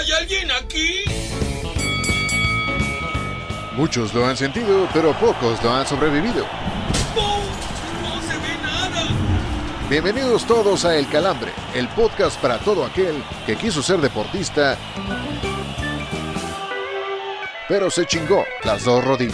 ¿Hay alguien aquí? Muchos lo han sentido, pero pocos lo han sobrevivido. ¡Oh! ¡No se ve nada! Bienvenidos todos a El Calambre, el podcast para todo aquel que quiso ser deportista, pero se chingó las dos rodillas.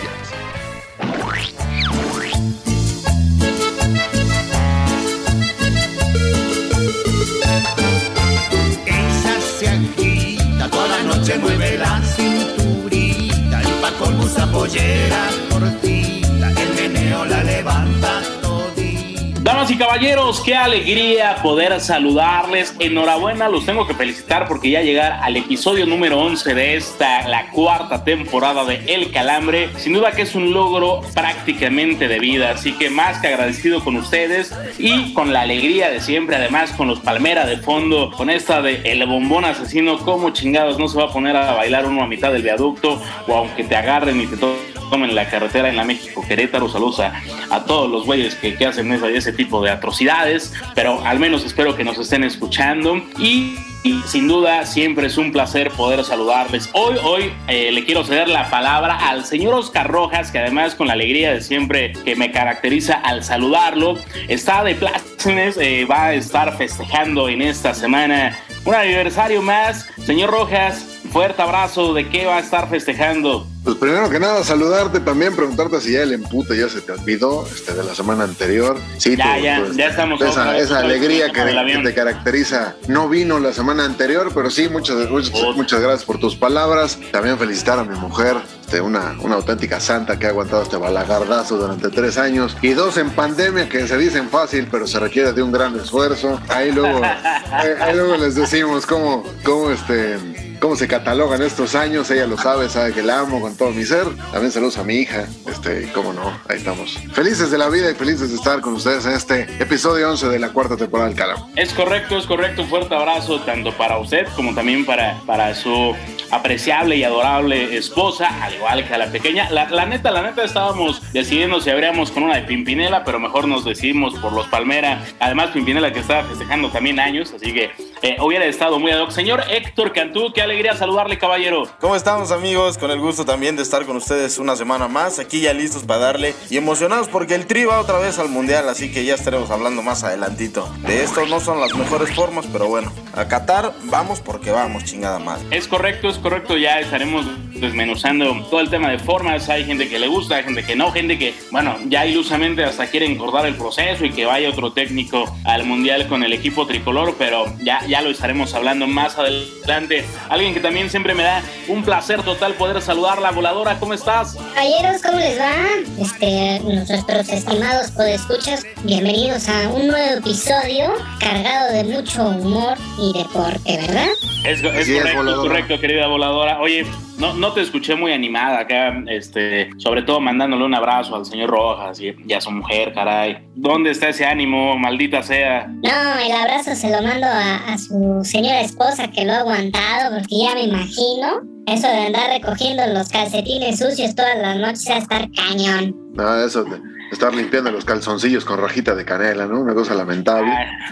Ella se agita, toda la noche mueve la cinturita, el Paco usa pollera cortita, el meneo la levanta todita. Damas y caballeros, qué alegría poder saludarles. Enhorabuena, los tengo que felicitar porque ya llegar al episodio número 11 de la cuarta temporada de El Calambre, sin duda que es un logro prácticamente de vida, así que más que agradecido con ustedes y con la alegría de siempre, además con los Palmera de fondo, con esta de El Bombón Asesino. Como chingados no se va a poner a bailar uno a mitad del viaducto, o aunque te agarren y te tomen la carretera en la México-Querétaro. Saludos a todos los güeyes que hacen ese tipo de atrocidades, pero al menos espero que nos estén escuchando y sin duda siempre es un placer poder saludarles. Hoy le quiero ceder la palabra al señor Oscar Rojas, que además con la alegría de siempre que me caracteriza al saludarlo, está de plácemes, va a estar festejando en esta semana un aniversario más. Señor Rojas, fuerte abrazo. ¿De qué va a estar festejando? Pues primero que nada, saludarte también, preguntarte si ya el empute ya se te olvidó de la semana anterior. Sí, ya estamos. Esa alegría que te caracteriza no vino la semana anterior, pero sí, muchas gracias por tus palabras. También felicitar a mi mujer, una auténtica santa que ha aguantado este balagardazo durante 3 años y 2 en pandemia, que se dicen fácil, pero se requiere de un gran esfuerzo. Ahí luego les decimos cómo se catalogan estos años. Ella lo sabe que la amo con todo mi ser. También saludos a mi hija, cómo no, ahí estamos. Felices de la vida y felices de estar con ustedes en este episodio 11 de la cuarta temporada del Calambre. Es correcto, un fuerte abrazo tanto para usted como también para su apreciable y adorable esposa, al igual que a la pequeña. La neta estábamos decidiendo si abríamos con una de Pimpinela, pero mejor nos decidimos por los Palmera. Además, Pimpinela que estaba festejando también años, así que hubiera estado muy ad hoc. Señor Héctor Cantú, qué alegría saludarle, caballero. ¿Cómo estamos, amigos? Con el gusto también de estar con ustedes una semana más, aquí ya listos para darle y emocionados porque el Tri va otra vez al Mundial, así que ya estaremos hablando más adelantito. De esto no son las mejores formas, pero bueno, a Qatar vamos porque vamos, chingada madre. Es correcto, ya estaremos desmenuzando todo el tema de formas. Hay gente que le gusta, hay gente que no, gente que, bueno, ya ilusamente hasta quiere encordar el proceso y que vaya otro técnico al Mundial con el equipo tricolor, pero ya lo estaremos hablando más adelante. Alguien que también siempre me da un placer total poder saludarla, Voladora, ¿cómo estás? Caballeros, ¿cómo les va? Nuestros estimados podescuchas, bienvenidos a un nuevo episodio cargado de mucho humor y deporte, ¿verdad? Es correcto, querida Voladora. Oye, no te escuché muy animada acá, sobre todo mandándole un abrazo al señor Rojas y a su mujer, caray. ¿Dónde está ese ánimo, maldita sea? No, el abrazo se lo mando a su señora esposa, que lo ha aguantado, porque ya me imagino eso de andar recogiendo los calcetines sucios todas las noches a estar cañón. No, eso de estar limpiando los calzoncillos con rajita de canela, ¿no? Una cosa lamentable.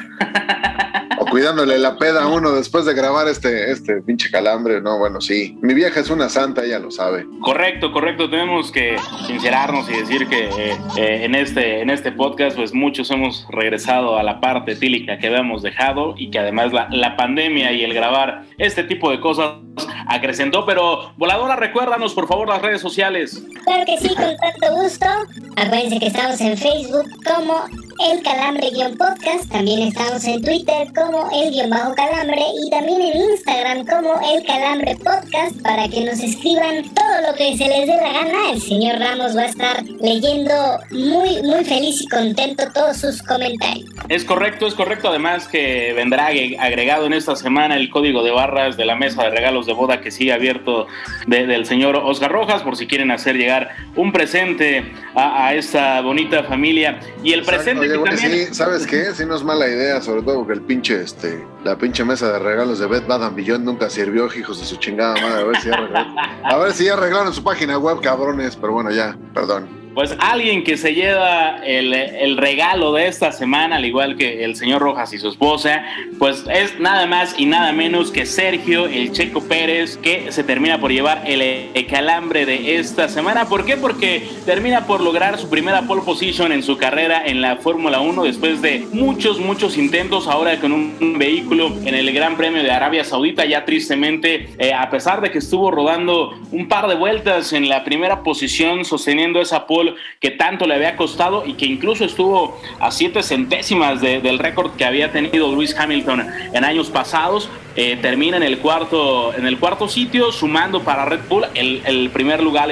O cuidándole la peda a uno después de grabar este pinche calambre. No, bueno, sí. Mi vieja es una santa, ella lo sabe. Correcto. Tenemos que sincerarnos y decir que en este podcast, pues muchos hemos regresado a la parte etílica que habíamos dejado y que además la pandemia y el grabar este tipo de cosas acrecentó. Pero, Voladora, recuérdanos, por favor, las redes sociales. Claro que sí, con tanto gusto. Acuérdense que estamos en Facebook como El Calambre-podcast, también estamos en Twitter como El-Calambre y también en Instagram como El Calambre Podcast, para que nos escriban todo lo que se les dé la gana. El señor Ramos va a estar leyendo muy, muy feliz y contento todos sus comentarios. Es correcto. Además que vendrá agregado en esta semana el código de barras de la mesa de regalos de boda que sigue abierto del señor Oscar Rojas, por si quieren hacer llegar un presente a esta bonita familia. Y el presente que también... Sí, ¿sabes qué? Sí, no es mala idea, sobre todo porque la pinche mesa de regalos de Bed Bath & Beyond nunca sirvió, hijos de su chingada madre. A ver si ya arreglaron su página web, cabrones. Pero bueno, ya, perdón. Pues alguien que se lleva el regalo de esta semana, al igual que el señor Rojas y su esposa, pues es nada más y nada menos que Sergio el Checo Pérez, que se termina por llevar el calambre de esta semana. ¿Por qué? Porque termina por lograr su primera pole position en su carrera en la Fórmula 1 después de muchos intentos, ahora con un vehículo en el Gran Premio de Arabia Saudita. Ya tristemente, a pesar de que estuvo rodando un par de vueltas en la primera posición, sosteniendo esa pole que tanto le había costado y que incluso estuvo a 7 centésimas del récord que había tenido Lewis Hamilton en años pasados, termina en el cuarto sitio, sumando para Red Bull. El primer lugar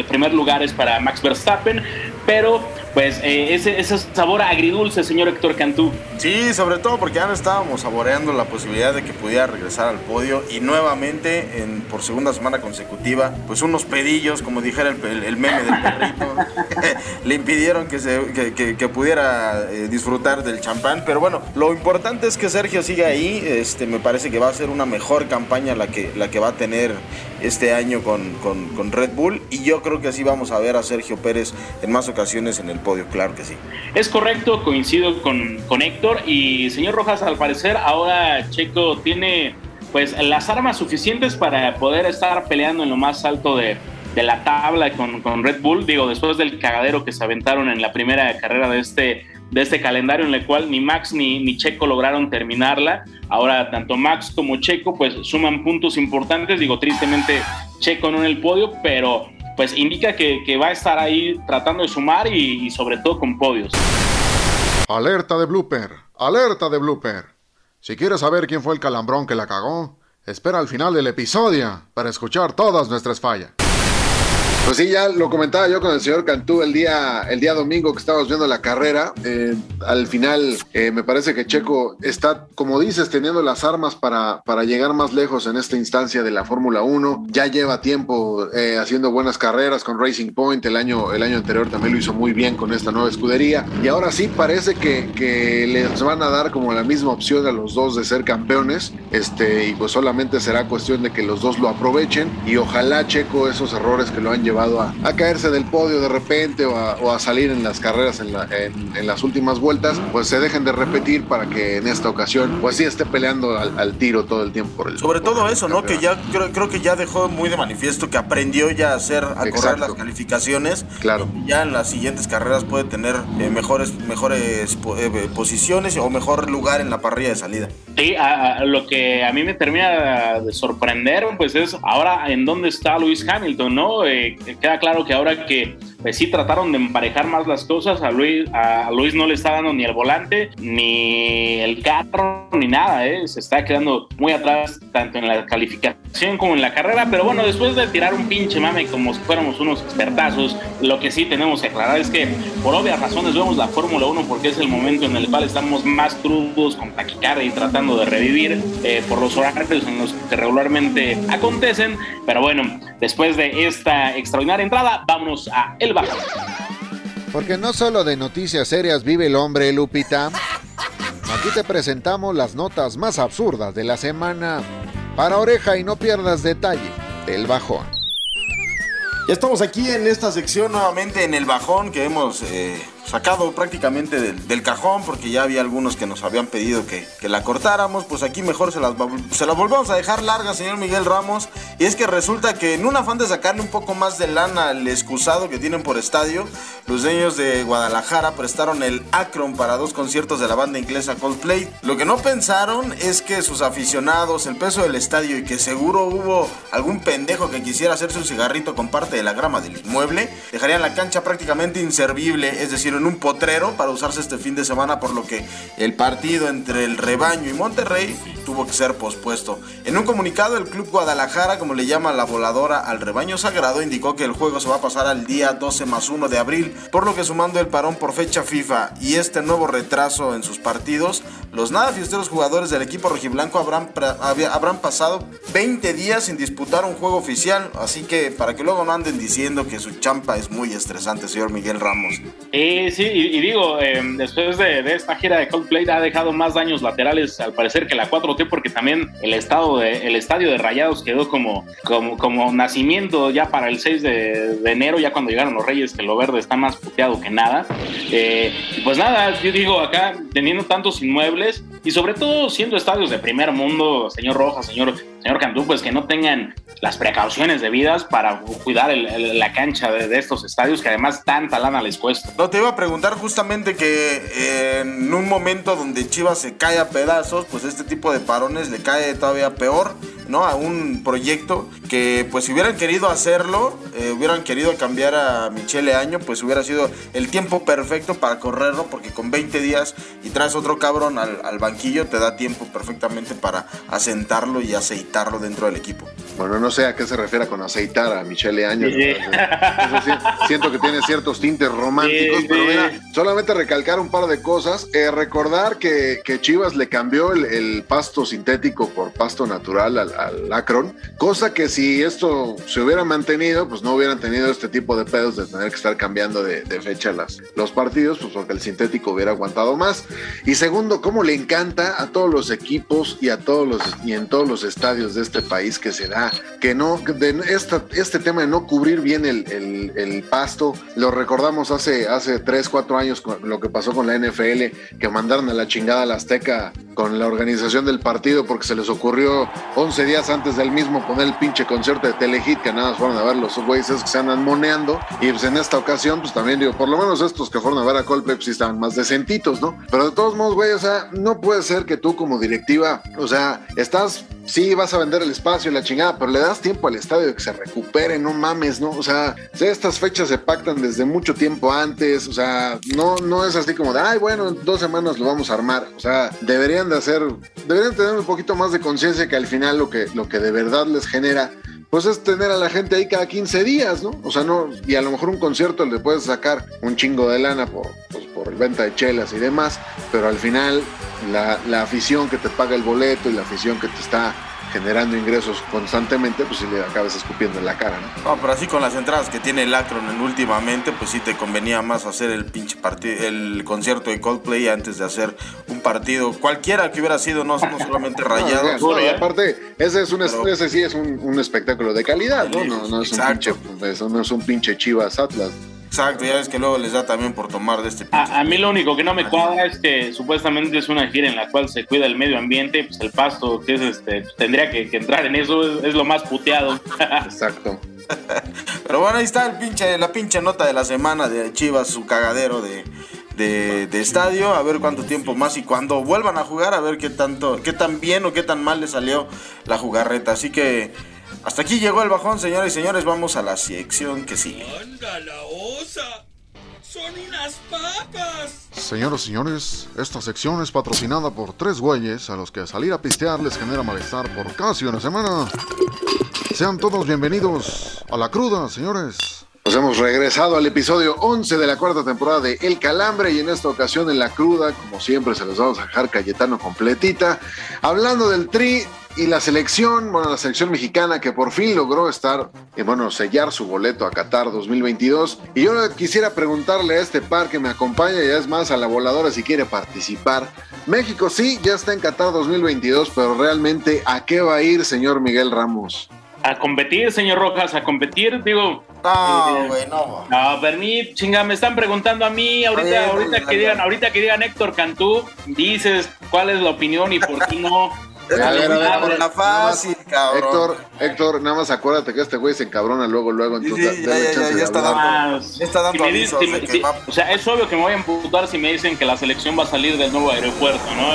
es para Max Verstappen, pero pues ese sabor agridulce, señor Héctor Cantú. Sí, sobre todo porque ya no estábamos saboreando la posibilidad de que pudiera regresar al podio, y nuevamente, por segunda semana consecutiva, pues unos pedillos, como dijera el meme del perrito, le impidieron que pudiera disfrutar del champán. Pero bueno, lo importante es que Sergio siga ahí. Me parece que va a ser una mejor campaña la que va a tener este año con Red Bull, y yo creo que así vamos a ver a Sergio Pérez en más ocasiones en el podio, claro que sí. Es correcto, coincido con Héctor. Y señor Rojas, al parecer ahora Checo tiene pues las armas suficientes para poder estar peleando en lo más alto de la tabla con Red Bull. Digo, después del cagadero que se aventaron en la primera carrera de este calendario, en el cual ni Max ni Checo lograron terminarla. Ahora tanto Max como Checo pues suman puntos importantes. Digo, tristemente Checo no en el podio, pero pues indica que va a estar ahí tratando de sumar y sobre todo con podios. Alerta de blooper, alerta de blooper. Si quieres saber quién fue el calambrón que la cagó, espera al final del episodio para escuchar todas nuestras fallas. Pues sí, ya lo comentaba yo con el señor Cantú el día domingo que estábamos viendo la carrera. Al final me parece que Checo está, como dices, teniendo las armas para llegar más lejos en esta instancia de la Fórmula 1. Ya lleva tiempo haciendo buenas carreras con Racing Point. El año anterior también lo hizo muy bien con esta nueva escudería. Y ahora sí parece que les van a dar como la misma opción a los dos de ser campeones. Y pues solamente será cuestión de que los dos lo aprovechen. Y ojalá Checo esos errores que lo han llevado a caerse del podio de repente o a salir en las carreras en las últimas vueltas, pues se dejen de repetir para que en esta ocasión pues sí esté peleando al tiro todo el tiempo por el sobre todo eso, ¿no? Que ya creo que ya dejó muy de manifiesto que aprendió ya a correr las calificaciones. Claro. Y ya en las siguientes carreras puede tener mejores posiciones o mejor lugar en la parrilla de salida. Sí, lo que a mí me termina de sorprender pues es ahora en dónde está Lewis Hamilton, ¿no? Queda claro que ahora que pues sí trataron de emparejar más las cosas, a Luis no le está dando ni el volante, ni el carro, ni nada, se está quedando muy atrás tanto en la calificación como en la carrera. Pero bueno, después de tirar un pinche mame como si fuéramos unos expertazos, lo que sí tenemos que aclarar es que por obvias razones vemos la Fórmula 1 porque es el momento en el cual estamos más crudos, con taquicardia y tratando de revivir por los horarios en los que regularmente acontecen. Pero bueno, después de esta extraordinaria entrada, vámonos a El Bajón. Porque no solo de noticias serias vive el hombre, Lupita. Aquí te presentamos las notas más absurdas de la semana. Para oreja y no pierdas detalle del Bajón. Ya estamos aquí en esta sección nuevamente en El Bajón, que hemos sacado prácticamente del cajón, porque ya había algunos que nos habían pedido que la cortáramos. Pues aquí mejor se las volvemos a dejar largas, señor Miguel Ramos. Y es que resulta que en un afán de sacarle un poco más de lana al excusado que tienen por estadio, los dueños de Guadalajara prestaron el Akron para 2 conciertos de la banda inglesa Coldplay. Lo que no pensaron es que sus aficionados, el peso del estadio y que seguro hubo algún pendejo que quisiera hacerse un cigarrito con parte de la grama del inmueble, dejarían la cancha prácticamente inservible, es decir, en un potrero para usarse este fin de semana, por lo que el partido entre el Rebaño y Monterrey tuvo que ser pospuesto. En un comunicado, el Club Guadalajara, como le llama la voladora al Rebaño Sagrado, indicó que el juego se va a pasar al día 12+1 de abril, por lo que sumando el parón por fecha FIFA y este nuevo retraso en sus partidos, los nada fiesteros jugadores del equipo rojiblanco habrán pasado 20 días sin disputar un juego oficial, así que para que luego no anden diciendo que su champa es muy estresante, señor Miguel Ramos. Sí, y digo, después de esta gira de Coldplay ha dejado más daños laterales al parecer que la 4T Porque también el estadio de Rayados quedó como nacimiento ya para el 6 de enero, ya cuando llegaron los Reyes, que lo verde está más puteado que nada. Pues nada, yo digo, acá teniendo tantos inmuebles y sobre todo siendo estadios de primer mundo, señor Rojas, señor Cantú, pues que no tengan las precauciones debidas para cuidar la cancha de estos estadios que además tanta lana les cuesta. No, te iba a preguntar justamente que en un momento donde Chivas se cae a pedazos, pues este tipo de parones le cae todavía peor, ¿no? A un proyecto que pues si hubieran querido hacerlo, hubieran querido cambiar a Michele Año, pues hubiera sido el tiempo perfecto para correrlo, porque con 20 días y traes otro cabrón al banquillo te da tiempo perfectamente para asentarlo y aceitarlo dentro del equipo. Bueno, no sé a qué se refiere con aceitar a Michele Año. Sí. Eso sí, siento que tiene ciertos tintes románticos, pero mira, solamente recalcar un par de cosas. Recordar que Chivas le cambió el pasto sintético por pasto natural al Akron, cosa que si esto se hubiera mantenido, pues no hubieran tenido este tipo de pedos de tener que estar cambiando de fecha los partidos, pues porque el sintético hubiera aguantado más. Y segundo, cómo le encanta a todos los equipos y en todos los estadios de este país que se da, que no, este tema de no cubrir bien el pasto, lo recordamos hace 3-4 años con lo que pasó con la NFL, que mandaron a la chingada a la Azteca con la organización del partido porque se les ocurrió 11 días antes del mismo poner el pinche concierto de Telehit, que nada más fueron a ver los güeyes que se andan moneando, y pues en esta ocasión pues también digo, por lo menos estos que fueron a ver a Coldplay pues sí estaban más decentitos, ¿no? Pero de todos modos, güey, o sea, no puede ser que tú como directiva, o sea, sí vas a vender el espacio y la chingada, pero le das tiempo al estadio de que se recupere, no mames, ¿no? O sea, estas fechas se pactan desde mucho tiempo antes, o sea, no es así como de, ay, bueno, en 2 semanas lo vamos a armar, o sea, deberían tener un poquito más de conciencia que al final lo que de verdad les genera, pues es tener a la gente ahí cada 15 días, ¿no? O sea, no, y a lo mejor un concierto le puedes sacar un chingo de lana por venta de chelas y demás, pero al final la afición que te paga el boleto y la afición que te está generando ingresos constantemente, pues sí le acabas escupiendo en la cara, ¿no? No, pero así con las entradas que tiene el Akron últimamente, pues sí te convenía más hacer el pinche partido, el concierto de Coldplay antes de hacer un partido, cualquiera que hubiera sido, no solamente Rayados. No, y aparte, ese sí es un espectáculo de calidad, ¿no? No es un pinche Chivas Atlas. Exacto, ya ves que luego les da también por tomar de este pinche. A mí lo único que no me cuadra es que supuestamente es una gira en la cual se cuida el medio ambiente, pues el pasto, que es tendría que entrar en eso, es lo más puteado. Exacto. Pero bueno, ahí está la pinche nota de la semana de Chivas, su cagadero de estadio, a ver cuánto tiempo más y cuando vuelvan a jugar, a ver qué tan bien o qué tan mal le salió la jugarreta. Así que hasta aquí llegó el bajón, señoras y señores, vamos a la sección que sigue. ¡Anda la osa! ¡Son unas papas! Señoras y señores, esta sección es patrocinada por 3 güeyes a los que salir a pistear les genera malestar por casi una semana. Sean todos bienvenidos a La Cruda, señores. Pues hemos regresado al episodio 11 de la 4ª temporada de El Calambre, y en esta ocasión en La Cruda, como siempre, se los vamos a dejar Cayetano completita, hablando del Tri y la selección mexicana que por fin logró sellar su boleto a Qatar 2022. Y yo quisiera preguntarle a este par que me acompaña, y es más, a la voladora si quiere participar. México sí, ya está en Qatar 2022, pero realmente, ¿a qué va a ir, señor Miguel Ramos? A competir, señor Rojas, a competir, digo. No, permítame, chinga, me están preguntando a mí, ahorita que digan Héctor Cantú, dices cuál es la opinión y por qué no. A ver, la fácil, cabrón. Héctor, nada más acuérdate que este güey se encabrona luego, entonces ya está dando avisos. O sea, es obvio que me voy a emputar si me dicen que la selección va a salir del nuevo aeropuerto, ¿no?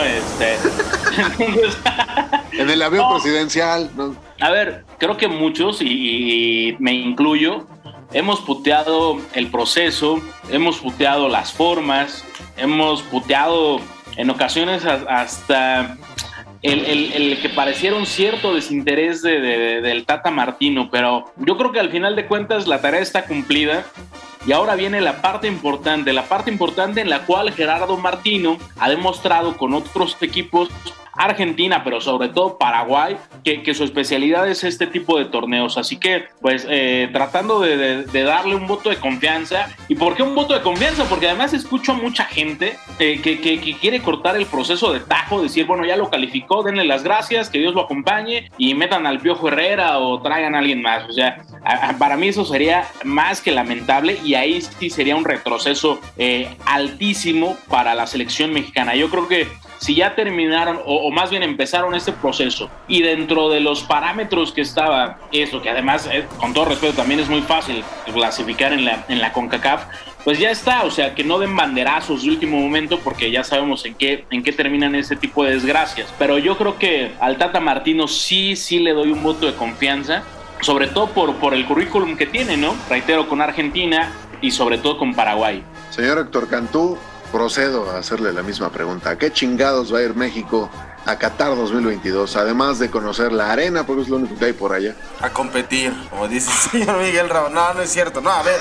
En el avión presidencial, ¿no? A ver, creo que muchos, y me incluyo, hemos puteado el proceso, hemos puteado las formas, hemos puteado en ocasiones hasta el que pareciera un cierto desinterés del Tata Martino, pero yo creo que al final de cuentas la tarea está cumplida. Y ahora viene la parte importante en la cual Gerardo Martino ha demostrado con otros equipos Argentina, pero sobre todo Paraguay, que su especialidad es este tipo de torneos. Así que, pues, tratando de darle un voto de confianza. ¿Y por qué un voto de confianza? Porque además escucho a mucha gente que quiere cortar el proceso de tajo, decir, bueno, ya lo calificó, denle las gracias, que Dios lo acompañe y metan al Piojo Herrera o traigan a alguien más. O sea, para mí eso sería más que lamentable y ahí sí sería un retroceso altísimo para la selección mexicana. Yo creo que si ya terminaron o más bien empezaron este proceso y dentro de los parámetros que estaba eso, que además con todo respeto también es muy fácil clasificar en la CONCACAF, pues ya está, o sea, que no den banderazos de último momento porque ya sabemos en qué terminan ese tipo de desgracias. Pero yo creo que al Tata Martino sí le doy un voto de confianza, sobre todo por el currículum que tiene, ¿no? Reitero, con Argentina y sobre todo con Paraguay. Señor Héctor Cantú, procedo a hacerle la misma pregunta. ¿A qué chingados va a ir México a Qatar 2022? Además de conocer la arena, porque es lo único que hay por allá. A competir, como dice el señor Miguel Raúl. No es cierto. No, a ver.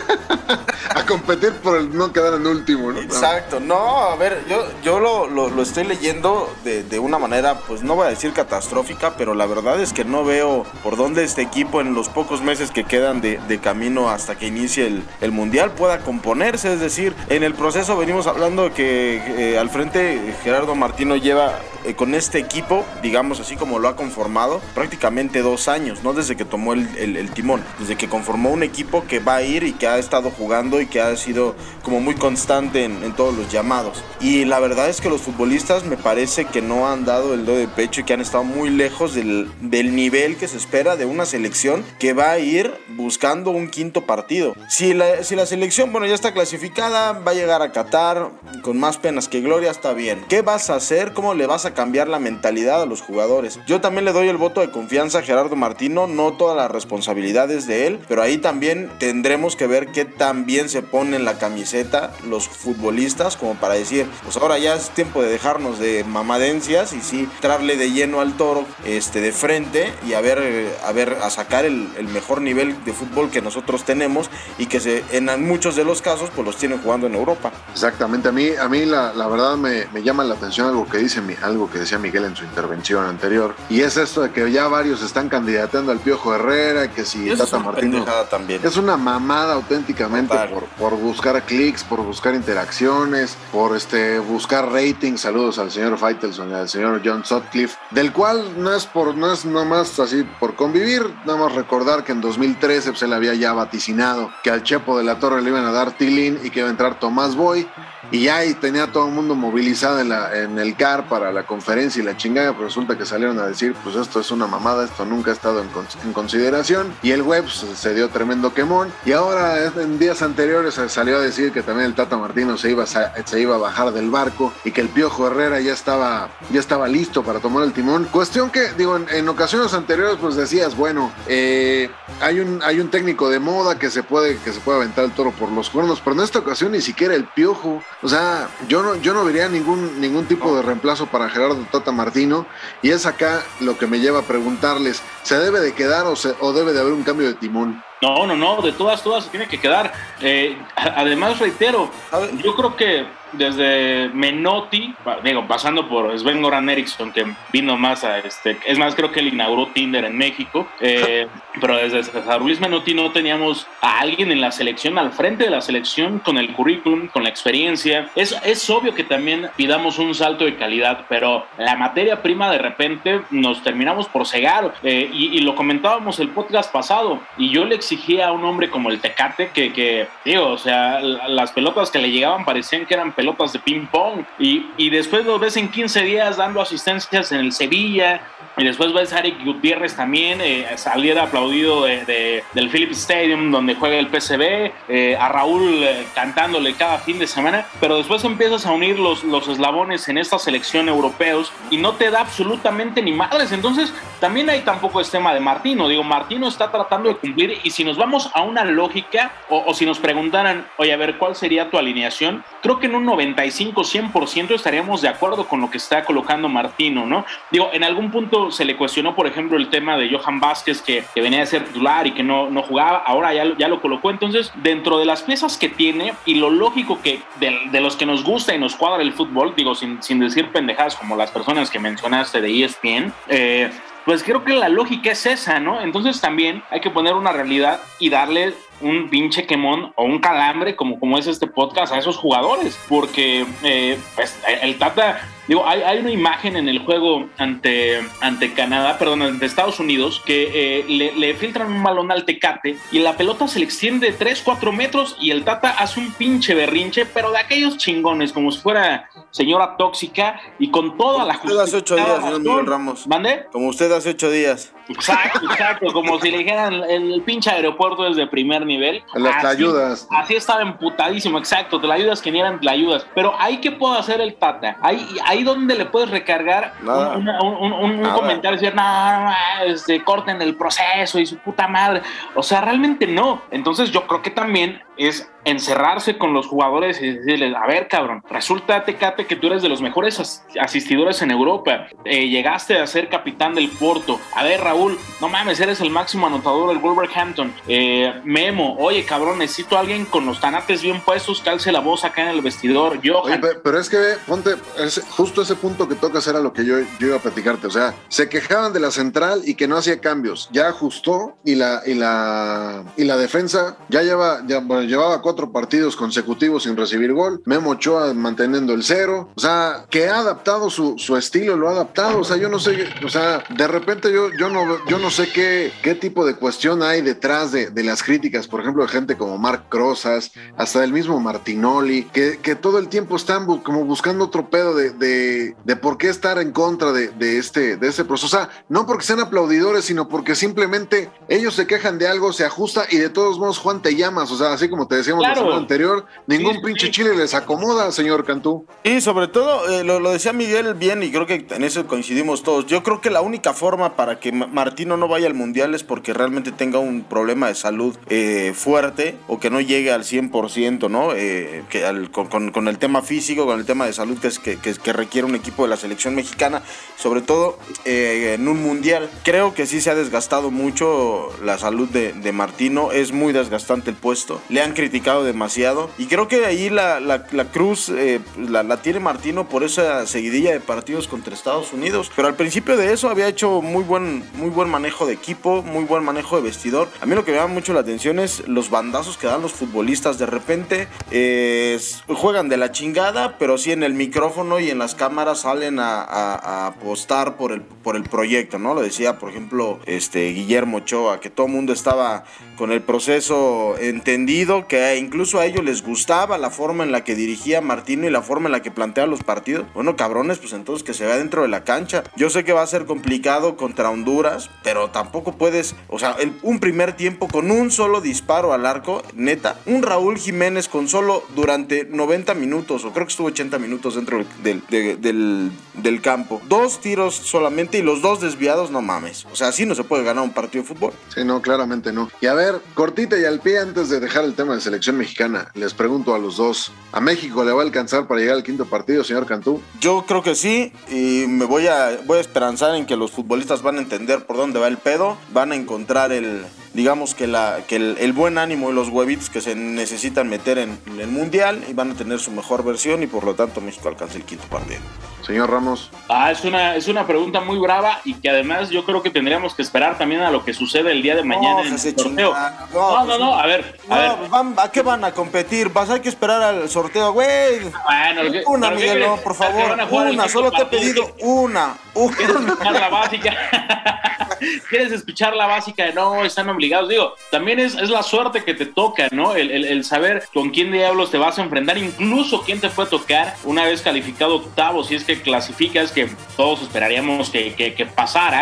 A competir por el no quedar en último, ¿no? Exacto. No, a ver, yo lo estoy leyendo de una manera, pues no voy a decir catastrófica, pero la verdad es que no veo por dónde este equipo en los pocos meses que quedan de camino hasta que inicie el Mundial pueda componerse. Es decir, en el proceso venimos hablando de que al frente Gerardo Martino lleva con este equipo, digamos así como lo ha conformado, prácticamente 2 años, ¿no? Desde que tomó el timón, desde que conformó un equipo que va a ir y que ha estado jugando y que ha sido como muy constante en todos los llamados. Y la verdad es que los futbolistas me parece que no han dado el do de pecho y que han estado muy lejos del nivel que se espera de una selección que va a ir buscando un quinto partido. Si la selección, bueno, ya está clasificada, va a llegar a Qatar con más penas que gloria, está bien. ¿Qué vas a hacer? ¿Cómo le vas a cambiar la mentalidad a los jugadores? Yo también le doy el voto de confianza a Gerardo Martino, no todas las responsabilidades de él, pero ahí también tendremos que ver qué tan bien se ponen la camiseta los futbolistas como para decir, pues ahora ya es tiempo de dejarnos de mamadencias y sí entrarle de lleno al toro de frente y a sacar el mejor nivel de fútbol que nosotros tenemos y que en muchos de los casos pues los tienen jugando en Europa. Exactamente, a mí la verdad me llama la atención algo que decía Miguel en su intervención anterior, y es esto de que ya varios están candidateando al Piojo Herrera, que si Tata Martino también. Es una mamada auténticamente por buscar clics, por buscar interacciones, por buscar ratings. Saludos al señor Faitelson y al señor John Sutcliffe, del cual no es nomás así por convivir, nada más recordar que en 2013 pues él había ya vaticinado que al Chepo de la Torre le iban a dar Tilín y que iba a entrar Tomás Boy, y ya ahí tenía todo el mundo movilizado en el CAR para la conferencia y la chingada, pero resulta que salieron a decir, pues esto es una mamada, esto nunca ha estado en consideración, y el web se dio tremendo quemón, y ahora en días anteriores salió a decir que también el Tata Martino se iba a bajar del barco y que el Piojo Herrera ya estaba listo para tomar el timón. Cuestión que, digo, en ocasiones anteriores pues decías, bueno, hay un técnico de moda que se puede aventar el toro por los cuernos, pero en esta ocasión ni siquiera el Piojo. O sea, yo no vería ningún tipo de reemplazo para Gerardo Tata Martino, y es acá lo que me lleva a preguntarles, ¿se debe de quedar o debe de haber un cambio de timón? No, de todas se tiene que quedar. Además, reitero, yo creo que desde Menotti, pasando por Sven-Goran Eriksson, que vino más es más, creo que él inauguró Tinder en México, pero desde César Luis Menotti no teníamos a alguien en la selección, al frente de la selección, con el currículum, con la experiencia. Es obvio que también pidamos un salto de calidad, pero la materia prima de repente nos terminamos por cegar, y lo comentábamos el podcast pasado, y yo le exigía a un hombre como el Tecate que digo, o sea, las pelotas que le llegaban parecían que eran pelotas de ping pong, y después lo ves en 15 días dando asistencias en el Sevilla, y después ves a Eric Gutiérrez también salir aplaudido del Philips Stadium donde juega el PSV, a Raúl cantándole cada fin de semana, pero después empiezas a unir los eslabones en esta selección europeos y no te da absolutamente ni madres. Entonces también ahí tampoco es tema de Martino, digo, Martino está tratando de cumplir, y si nos vamos a una lógica o si nos preguntaran, oye, a ver, ¿cuál sería tu alineación? Creo que en un 95-100% estaríamos de acuerdo con lo que está colocando Martino, ¿no? Digo, en algún punto mucho se le cuestionó, por ejemplo, el tema de Johan Vázquez, que venía de ser titular y que no jugaba, ahora ya lo colocó. Entonces, dentro de las piezas que tiene y lo lógico que de los que nos gusta y nos cuadra el fútbol, digo, sin decir pendejadas como las personas que mencionaste de ESPN, pues creo que la lógica es esa, ¿no? Entonces también hay que poner una realidad y darle un pinche quemón o un calambre como es este podcast a esos jugadores, porque pues el Tata, digo, hay una imagen en el juego ante Estados Unidos que le filtran un balón al Tecate y la pelota se le extiende 3-4 metros y el Tata hace un pinche berrinche, pero de aquellos chingones, como si fuera señora tóxica y con toda la justicia. Usted hace 8 días, señor Miguel Ramos. ¿Mande? Como usted hace 8 días. Exacto, como si le dijeran el pinche aeropuerto es de primer nivel. Las tlayudas. Así estaba emputadísimo, exacto, tlayudas que ni eran tlayudas. Pero ahí, ¿qué puedo hacer el Tata? Ahí donde le puedes recargar un comentario, decir, no, corten el proceso y su puta madre. O sea, realmente no. Entonces yo creo que también es encerrarse con los jugadores y decirles, a ver, cabrón, resulta, Tecate, que tú eres de los mejores asistidores en Europa, llegaste a ser capitán del Porto, a ver, Raúl, no mames, eres el máximo anotador del Wolverhampton, Memo, oye, cabrón, necesito a alguien con los tanates bien puestos, que alce la voz acá en el vestidor, Johan. Oye, pero es que, ponte, justo ese punto que tocas era lo que yo iba a platicarte, o sea, se quejaban de la central y que no hacía cambios, ya ajustó y la defensa ya llevaba 4 partidos consecutivos sin recibir gol, Memo Ochoa manteniendo el 0, o sea, que ha adaptado su estilo, lo ha adaptado, o sea, yo no sé, o sea, de repente yo no sé qué tipo de cuestión hay detrás de las críticas, por ejemplo, de gente como Marc Crozas, hasta del mismo Martinoli, que todo el tiempo están como buscando otro pedo de por qué estar en contra de este proceso, o sea, no porque sean aplaudidores, sino porque simplemente ellos se quejan de algo, se ajusta y de todos modos Juan te llamas, o sea, así como te decíamos la semana anterior, ningún pinche chile les acomoda, señor Cantú. Y sobre todo, lo decía Miguel bien, y creo que en eso coincidimos todos. Yo creo que la única forma para que Martino no vaya al Mundial es porque realmente tenga un problema de salud fuerte, o que no llegue al 100%, ¿no? Con el tema físico, con el tema de salud que requiere un equipo de la selección mexicana, sobre todo en un Mundial. Creo que sí se ha desgastado mucho la salud de Martino, es muy desgastante el puesto, le han criticado demasiado y creo que ahí la cruz la tiene Martino por esa seguidilla de partidos contra Estados Unidos, pero al principio de eso había hecho muy buen manejo de equipo, muy buen manejo de vestidor. A mí lo que me llama mucho la atención es los bandazos que dan los futbolistas. De repente juegan de la chingada, pero sí en el micrófono y en las cámaras salen a apostar por el proyecto, ¿no? Lo decía, por ejemplo, Guillermo Ochoa, que todo el mundo estaba con el proceso entendido, que incluso a ellos les gustaba la forma en la que dirigía Martino y la forma en la que plantea los partidos. Bueno, cabrones, pues entonces que se vea dentro de la cancha. Yo sé que va a ser complicado contra Honduras, pero tampoco puedes, o sea, un primer tiempo con un solo disparo al arco, neta, un Raúl Jiménez con solo durante 90 minutos, o creo que estuvo 80 minutos dentro del campo, 2 tiros solamente y los 2 desviados, no mames, o sea, así no se puede ganar un partido de fútbol. Sí, no, claramente no. Y a ver, cortita y al pie, antes de dejar el tema de selección mexicana, les pregunto a los dos, ¿a México le va a alcanzar para llegar al 5º partido, señor Cantú? Yo creo que sí, y me voy a esperanzar en que los futbolistas van a entender por dónde va el pedo, van a encontrar el buen ánimo y los huevitos que se necesitan meter en el Mundial, y van a tener su mejor versión, y por lo tanto México alcanza el 5º partido. Señor Ramos. Es una pregunta muy brava, y que además yo creo que tendríamos que esperar también a lo que sucede el día de mañana en el sorteo. A ver. ¿A qué van a competir? Hay que esperar al sorteo, güey. Bueno, una, Miguelo, por favor. Una, solo te he pedido una. ¿Quieres escuchar la básica? ¿Quieres escuchar la básica de no están obligados? Digo, también es la suerte que te toca, ¿no? El saber con quién diablos te vas a enfrentar, incluso quién te puede tocar una vez calificado octavo, si es que clasificas, que todos esperaríamos que pasara.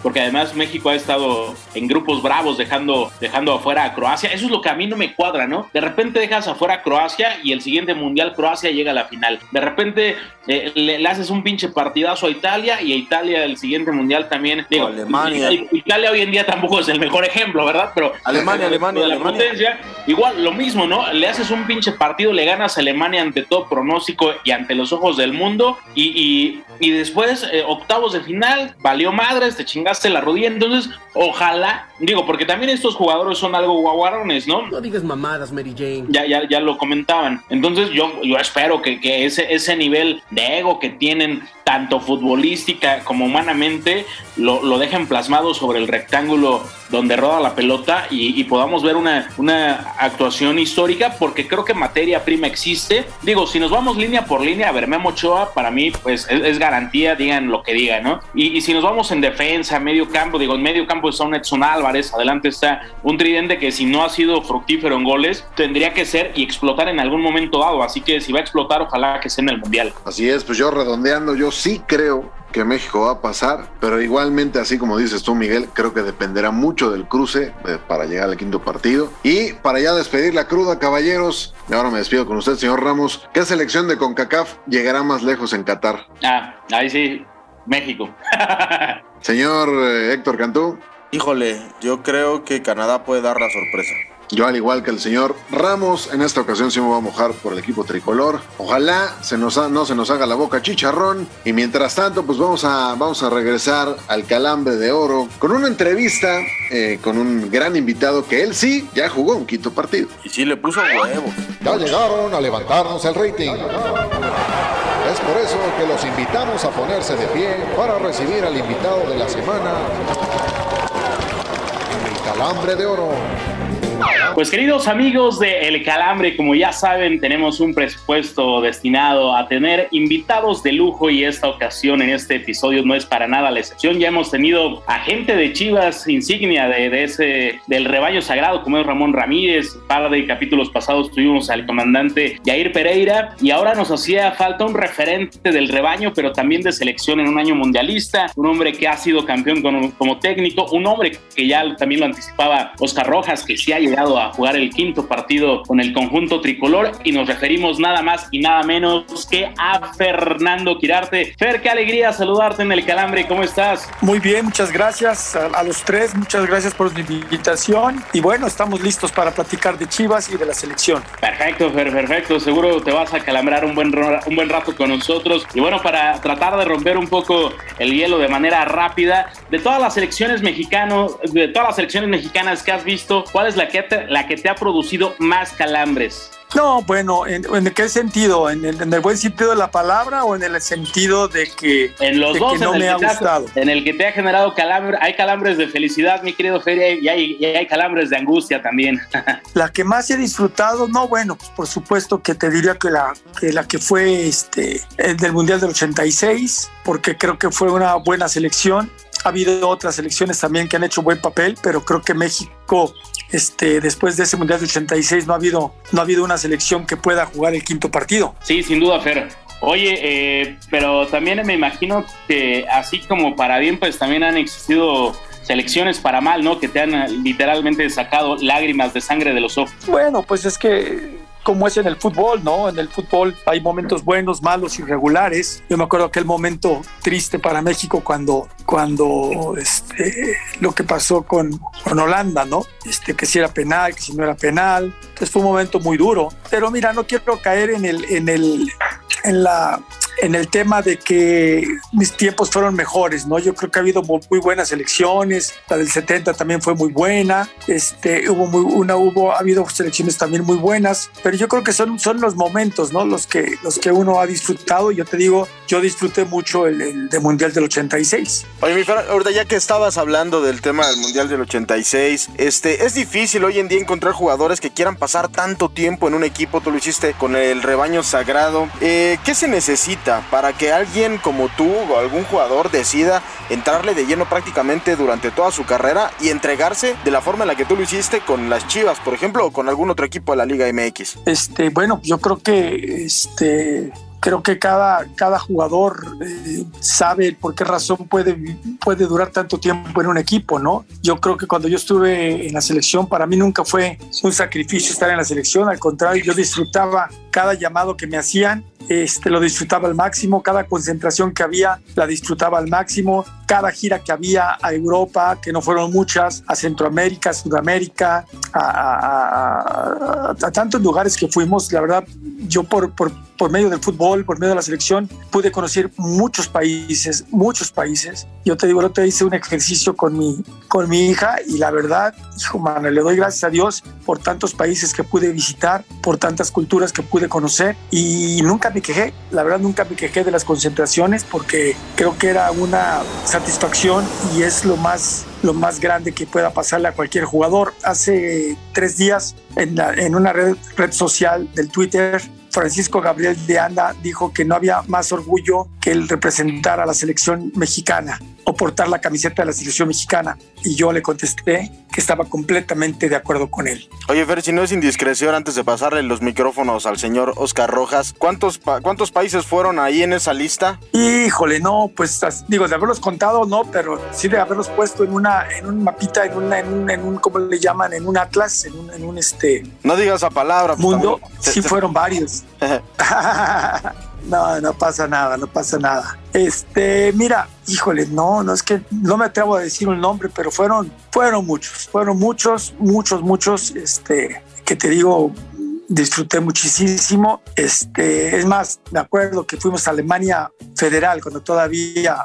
porque además México ha estado en grupos bravos dejando afuera a Croacia. Eso es lo que a mí no me cuadra, ¿no? De repente dejas afuera a Croacia y el siguiente mundial Croacia llega a la final. De repente le haces un pinche partidazo a Italia y a Italia el siguiente mundial también. Digo, Alemania. Italia hoy en día tampoco es el mejor ejemplo, ¿verdad? Pero Alemania. Potencia, igual lo mismo, ¿no? Le haces un pinche partido, le ganas a Alemania ante todo pronóstico y ante los ojos del mundo y después octavos de final, valió madres, te chingaste la rodilla. Entonces ojalá, digo, porque también estos jugadores son algo guaguarones, ¿no? No digas mamadas, Mary Jane. Ya lo comentaban. Entonces yo espero que ese nivel de ego que tienen tanto futbolística como humanamente lo dejen plasmado sobre el rectángulo donde roda la pelota y podamos ver una actuación histórica, porque creo que materia prima existe. Digo, si nos vamos línea por línea, a ver, Memo Ochoa para mí pues es garantía, digan lo que digan, ¿no? Y si nos vamos en defensa, medio campo, digo, en medio campo está un Edson Álvarez, adelante está un tridente que si no ha sido fructífero en goles, tendría que ser y explotar en algún momento dado, así que si va a explotar, ojalá que sea en el Mundial. Así es, pues yo redondeando, yo sí creo que México va a pasar, pero igualmente, así como dices tú, Miguel, creo que dependerá mucho del cruce para llegar al quinto partido. Y para ya despedir la cruda, caballeros, y ahora me despido con usted, señor Ramos. ¿Qué selección de CONCACAF llegará más lejos en Qatar? Ahí sí, México. Señor Héctor Cantú. Híjole, yo creo que Canadá puede dar la sorpresa. Yo, al igual que el señor Ramos, en esta ocasión sí me voy a mojar por el equipo tricolor. Ojalá no se nos haga la boca chicharrón. Y mientras tanto, pues vamos a regresar al Calambre de Oro con una entrevista con un gran invitado que él sí ya jugó un quinto partido. Y sí le puso huevos. Ya llegaron a levantarnos el rating. Es por eso que los invitamos a ponerse de pie para recibir al invitado de la semana, el Calambre de Oro. Pues queridos amigos de El Calambre, como ya saben, tenemos un presupuesto destinado a tener invitados de lujo y esta ocasión en este episodio no es para nada la excepción. Ya hemos tenido a gente de Chivas insignia del rebaño sagrado, como es Ramón Ramírez. Un par de capítulos pasados tuvimos al comandante Yair Pereira y ahora nos hacía falta un referente del rebaño, pero también de selección en un año mundialista, un hombre que ha sido campeón como técnico, un hombre que ya también lo anticipaba Oscar Rojas, que sí ha llegado a jugar el quinto partido con el conjunto tricolor, y nos referimos nada más y nada menos que a Fernando Quirarte. Fer, qué alegría saludarte en El Calambre, ¿cómo estás? Muy bien, muchas gracias a los tres, muchas gracias por la invitación y bueno, estamos listos para platicar de Chivas y de la selección. Perfecto, Fer, perfecto, seguro te vas a calambrar un buen rato con nosotros. Y bueno, para tratar de romper un poco el hielo de manera rápida, de todas las selecciones mexicanas que has visto, ¿cuál es la que te ha producido más calambres? No, bueno, ¿en qué sentido? ¿En el buen sentido de la palabra o en el sentido de que, en los dos, que no me ha gustado? En el que te ha generado calambre, hay calambres de felicidad, mi querido Feria, y hay calambres de angustia también. La que más he disfrutado, no, bueno, pues por supuesto que te diría que la que fue del Mundial del 86, porque creo que fue una buena selección. Ha habido otras selecciones también que han hecho buen papel, pero creo que México, después de ese Mundial del 86, no ha habido una selección que pueda jugar el quinto partido. Sí, sin duda, Fer. Oye, pero también me imagino que así como para bien, pues también han existido selecciones para mal, ¿no? Que te han literalmente sacado lágrimas de sangre de los ojos. Bueno, pues es que como es en el fútbol, ¿no? En el fútbol hay momentos buenos, malos, irregulares. Yo me acuerdo aquel momento triste para México cuando lo que pasó con Holanda, ¿no? Que si era penal, que si no era penal. Entonces fue un momento muy duro. Pero mira, no quiero caer en el tema de que mis tiempos fueron mejores, ¿no? Yo creo que ha habido muy buenas elecciones, la del 70 también fue muy buena, ha habido selecciones también muy buenas, pero yo creo que son los momentos, ¿no? Los que uno ha disfrutado. Yo te digo, yo disfruté mucho el de Mundial del 86. Oye, mi Fer, ahorita ya que estabas hablando del tema del Mundial del 86, es difícil hoy en día encontrar jugadores que quieran pasar tanto tiempo en un equipo. Tú lo hiciste con el rebaño sagrado. ¿Qué se necesita para que alguien como tú o algún jugador decida entrarle de lleno prácticamente durante toda su carrera y entregarse de la forma en la que tú lo hiciste con las Chivas, por ejemplo, o con algún otro equipo de la Liga MX? Bueno, yo creo que creo que cada jugador sabe por qué razón puede durar tanto tiempo en un equipo, ¿no? Yo creo que cuando yo estuve en la selección, para mí nunca fue un sacrificio estar en la selección, al contrario, yo disfrutaba cada llamado que me hacían, lo disfrutaba al máximo, cada concentración que había la disfrutaba al máximo, cada gira que había a Europa, que no fueron muchas, a Centroamérica, a Sudamérica, a tantos lugares que fuimos. La verdad, yo por medio del fútbol, por medio de la selección, pude conocer muchos países. Yo te digo, el otro día hice un ejercicio con mi hija y la verdad, hijo, mano, le doy gracias a Dios por tantos países que pude visitar, por tantas culturas que pude conocer y nunca me quejé, la verdad nunca me quejé de las concentraciones porque creo que era una satisfacción y es lo más grande que pueda pasarle a cualquier jugador. Hace 3 días en una red social del Twitter, Francisco Gabriel de Anda dijo que no había más orgullo que el representar a la selección mexicana o portar la camiseta de la selección mexicana. Y yo le contesté que estaba completamente de acuerdo con él. Oye, Fer, si no es indiscreción, antes de pasarle los micrófonos al señor Oscar Rojas, ¿cuántos países fueron ahí en esa lista? Híjole, no, pues digo, de haberlos contado, no, pero sí de haberlos puesto en un mapita, en un ¿cómo le llaman? En un atlas, en un No digas esa palabra. Mundo, sí fueron varios. No pasa nada. Mira, híjole, no, es que no me atrevo a decir un nombre, pero fueron muchos, que te digo, disfruté muchísimo. Es más, me acuerdo que fuimos a Alemania Federal cuando todavía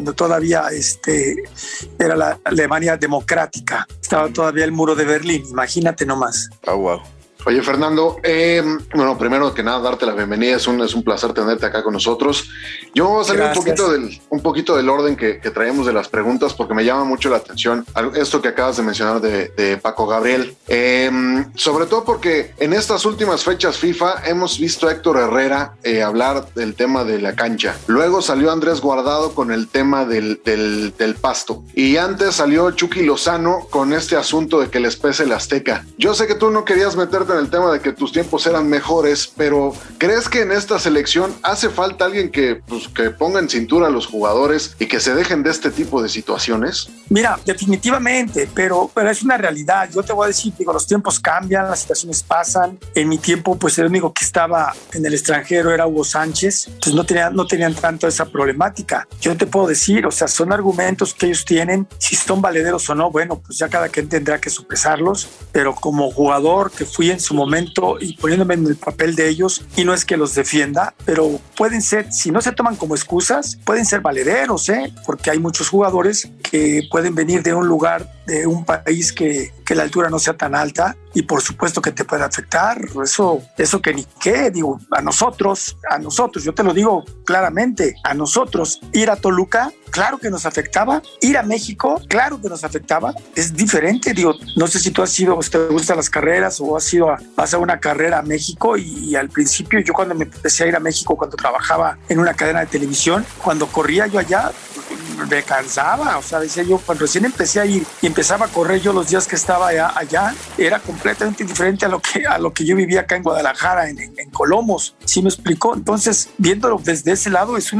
era la Alemania democrática. Estaba todavía el muro de Berlín, imagínate nomás. Oh, wow. Oye, Fernando, bueno, primero que nada, darte la bienvenida. Es un placer tenerte acá con nosotros. Yo voy a salir un poquito del orden que traemos de las preguntas porque me llama mucho la atención esto que acabas de mencionar de Paco Gabriel. Sobre todo porque en estas últimas fechas FIFA hemos visto a Héctor Herrera hablar del tema de la cancha. Luego salió Andrés Guardado con el tema del pasto. Y antes salió Chucky Lozano con este asunto de que les pese el Azteca. Yo sé que tú no querías meterte en el tema de que tus tiempos eran mejores, pero ¿crees que en esta selección hace falta alguien que ponga en cintura a los jugadores y que se dejen de este tipo de situaciones? Mira, definitivamente, pero es una realidad. Yo te voy a decir, digo, los tiempos cambian, las situaciones pasan. En mi tiempo, pues el único que estaba en el extranjero era Hugo Sánchez, pues no tenían tanto esa problemática. Yo te puedo decir, o sea, son argumentos que ellos tienen, si son valederos o no, bueno, pues ya cada quien tendrá que sopesarlos, pero como jugador que fui en su momento y poniéndome en el papel de ellos, y no es que los defienda, pero pueden ser, si no se toman como excusas, pueden ser valederos, porque hay muchos jugadores que pueden venir de un lugar, de un país que la altura no sea tan alta y por supuesto que te puede afectar. Eso que ni qué, digo, a nosotros, yo te lo digo claramente, a nosotros ir a Toluca, claro que nos afectaba, ir a México, claro que nos afectaba, es diferente, digo, no sé si tú has ido, te gustan las carreras o has ido a hacer una carrera a México y al principio yo cuando me empecé a ir a México, cuando trabajaba en una cadena de televisión, cuando corría yo allá, me cansaba, o sea, decía yo, cuando recién empecé a ir y empezaba a correr yo los días que estaba allá era completamente diferente a lo que yo vivía acá en Guadalajara, en Colomos, ¿sí me explicó? Entonces, viéndolo desde ese lado, es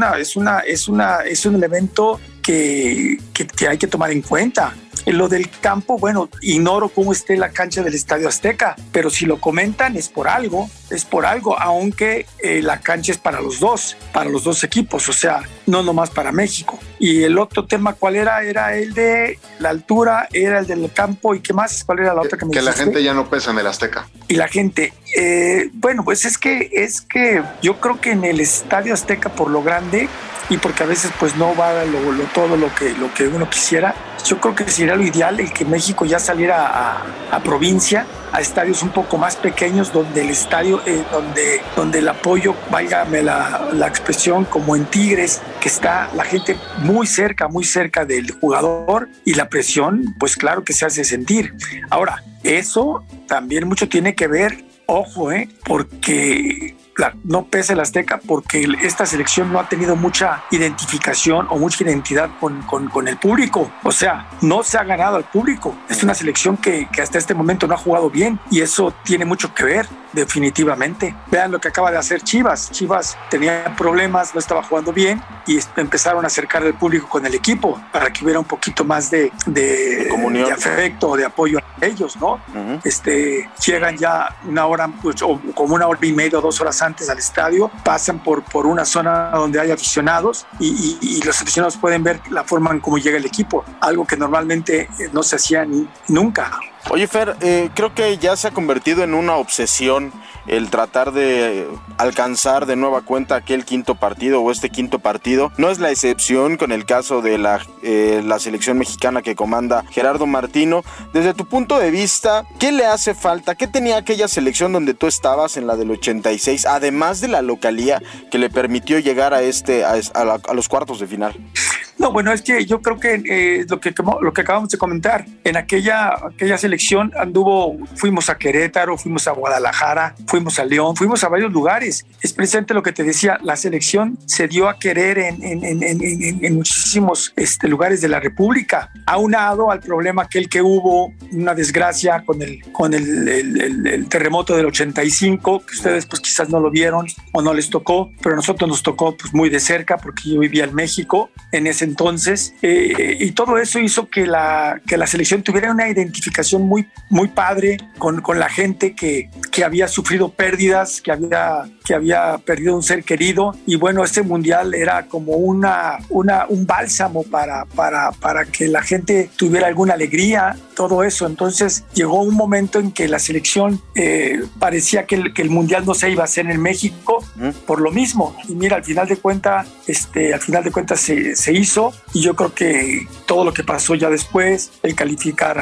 un elemento que hay que tomar en cuenta. En lo del campo, bueno, ignoro cómo esté la cancha del Estadio Azteca, pero si lo comentan es por algo, aunque la cancha es para los dos equipos, o sea, no nomás para México. Y el otro tema, ¿cuál era? Era el de la altura, era el del campo, ¿y qué más? ¿Cuál era la otra que me dijiste? Que la gente ya no pesa en el Azteca. Y la gente, bueno, pues es que yo creo que en el Estadio Azteca, por lo grande, y porque a veces pues no va todo lo que uno quisiera, yo creo que sería lo ideal el que México ya saliera a provincia, a estadios un poco más pequeños, donde el estadio, donde el apoyo, válgame la expresión, como en Tigres, que está la gente muy cerca del jugador y la presión, pues claro que se hace sentir. Ahora, eso también mucho tiene que ver, ojo, porque no pesa el Azteca, porque esta selección no ha tenido mucha identificación o mucha identidad con el público. O sea, no se ha ganado al público. Es una selección que hasta este momento no ha jugado bien y eso tiene mucho que ver. definitivamente. Vean lo que acaba de hacer Chivas. Chivas tenía problemas, no estaba jugando bien y empezaron a acercar al público con el equipo para que hubiera un poquito más de comunión, de afecto, de apoyo a ellos, ¿no? Uh-huh. Llegan ya una hora, pues, o como una hora y media o 2 horas antes al estadio, pasan por una zona donde hay aficionados y los aficionados pueden ver la forma en cómo llega el equipo, algo que normalmente no se hacía nunca. Oye, Fer, creo que ya se ha convertido en una obsesión el tratar de alcanzar de nueva cuenta aquel quinto partido o este quinto partido. No es la excepción con el caso de la selección mexicana que comanda Gerardo Martino. Desde tu punto de vista, ¿qué le hace falta? ¿Qué tenía aquella selección donde tú estabas en la del 86, además de la localía que le permitió llegar a los cuartos de final? No, bueno, es que yo creo que lo que acabamos de comentar, en aquella selección fuimos a Querétaro, fuimos a Guadalajara, fuimos a León, fuimos a varios lugares. Es precisamente lo que te decía, la selección se dio a querer en muchísimos lugares de la República, aunado al problema aquel que hubo, una desgracia con el terremoto del 85, que ustedes pues quizás no lo vieron o no les tocó, pero a nosotros nos tocó pues muy de cerca porque yo vivía en México en ese entonces, y todo eso hizo que la selección tuviera una identificación muy, muy padre con la gente que había sufrido pérdidas, que había perdido un ser querido, y bueno, este mundial era como un bálsamo para que la gente tuviera alguna alegría, todo eso. Entonces llegó un momento en que la selección parecía que el mundial no se iba a hacer en México por lo mismo, y mira, al final de cuentas se hizo, y yo creo que todo lo que pasó ya después, el calificar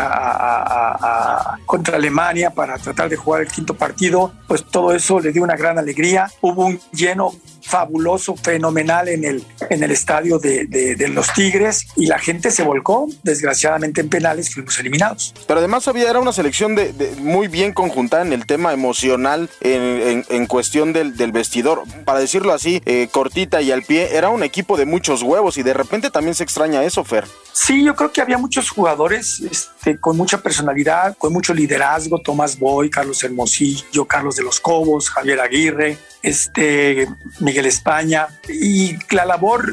contra Alemania para tratar de jugar el quinto partido, pues todo eso le dio una gran alegría. Hubo un lleno fabuloso, fenomenal en el estadio de los Tigres, y la gente se volcó. Desgraciadamente en penales fuimos eliminados. Pero además era una selección muy bien conjuntada en el tema emocional, en cuestión del vestidor, para decirlo así, cortita y al pie. Era un equipo de muchos huevos, y de repente también se extraña eso, Fer. Sí, yo creo que había muchos jugadores con mucha personalidad, con mucho liderazgo: Tomás Boy, Carlos Hermosillo, Carlos de los Cobos, Javier Aguirre, Miguel España, y la labor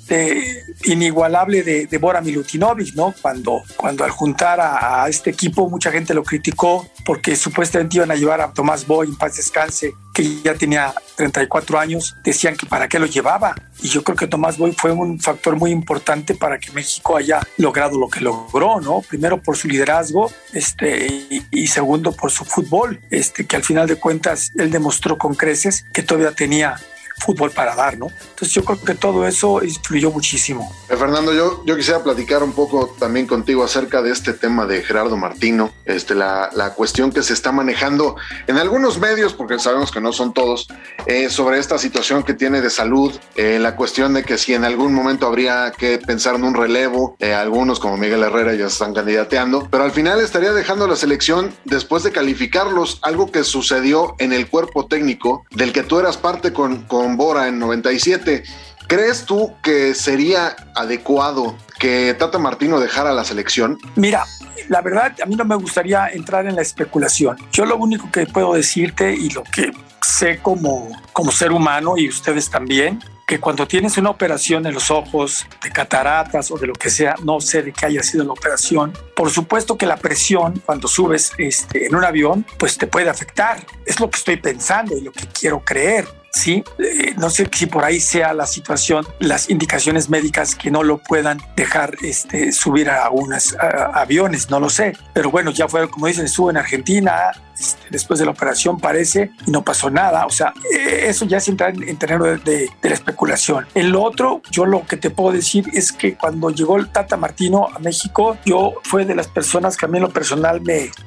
inigualable de Bora Milutinovic, ¿no? Cuando al juntar a este equipo, mucha gente lo criticó porque supuestamente iban a llevar a Tomás Boy, en paz descanse, que ya tenía 34 años, decían que para qué lo llevaba. Y yo creo que Tomás Boy fue un factor muy importante para que México haya logrado lo que logró, ¿no? Primero por su liderazgo, y segundo por su fútbol, que al final de cuentas él demostró con creces que todavía tenía fútbol para dar, ¿no? Entonces yo creo que todo eso influyó muchísimo. Fernando, yo quisiera platicar un poco también contigo acerca de este tema de Gerardo Martino, la cuestión que se está manejando en algunos medios, porque sabemos que no son todos, sobre esta situación que tiene de salud, la cuestión de que si en algún momento habría que pensar en un relevo, algunos como Miguel Herrera ya se están candidateando, pero al final estaría dejando la selección después de calificarlos, algo que sucedió en el cuerpo técnico del que tú eras parte con Bora en 97. ¿Crees tú que sería adecuado que Tata Martino dejara la selección? Mira, la verdad, a mí no me gustaría entrar en la especulación. Yo lo único que puedo decirte, y lo que sé como ser humano, y ustedes también, que cuando tienes una operación en los ojos, de cataratas o de lo que sea, no sé de qué haya sido la operación, por supuesto que la presión cuando subes en un avión, pues te puede afectar. Es lo que estoy pensando y lo que quiero creer. Sí, no sé si por ahí sea la situación, las indicaciones médicas que no lo puedan dejar subir a unos aviones, no lo sé. Pero bueno, ya fue, como dicen, estuvo en Argentina, después de la operación parece, y no pasó nada. O sea, eso ya es entrar en terreno de la especulación. En lo otro, yo lo que te puedo decir es que cuando llegó el Tata Martino a México, yo fue de las personas que a mí en lo personal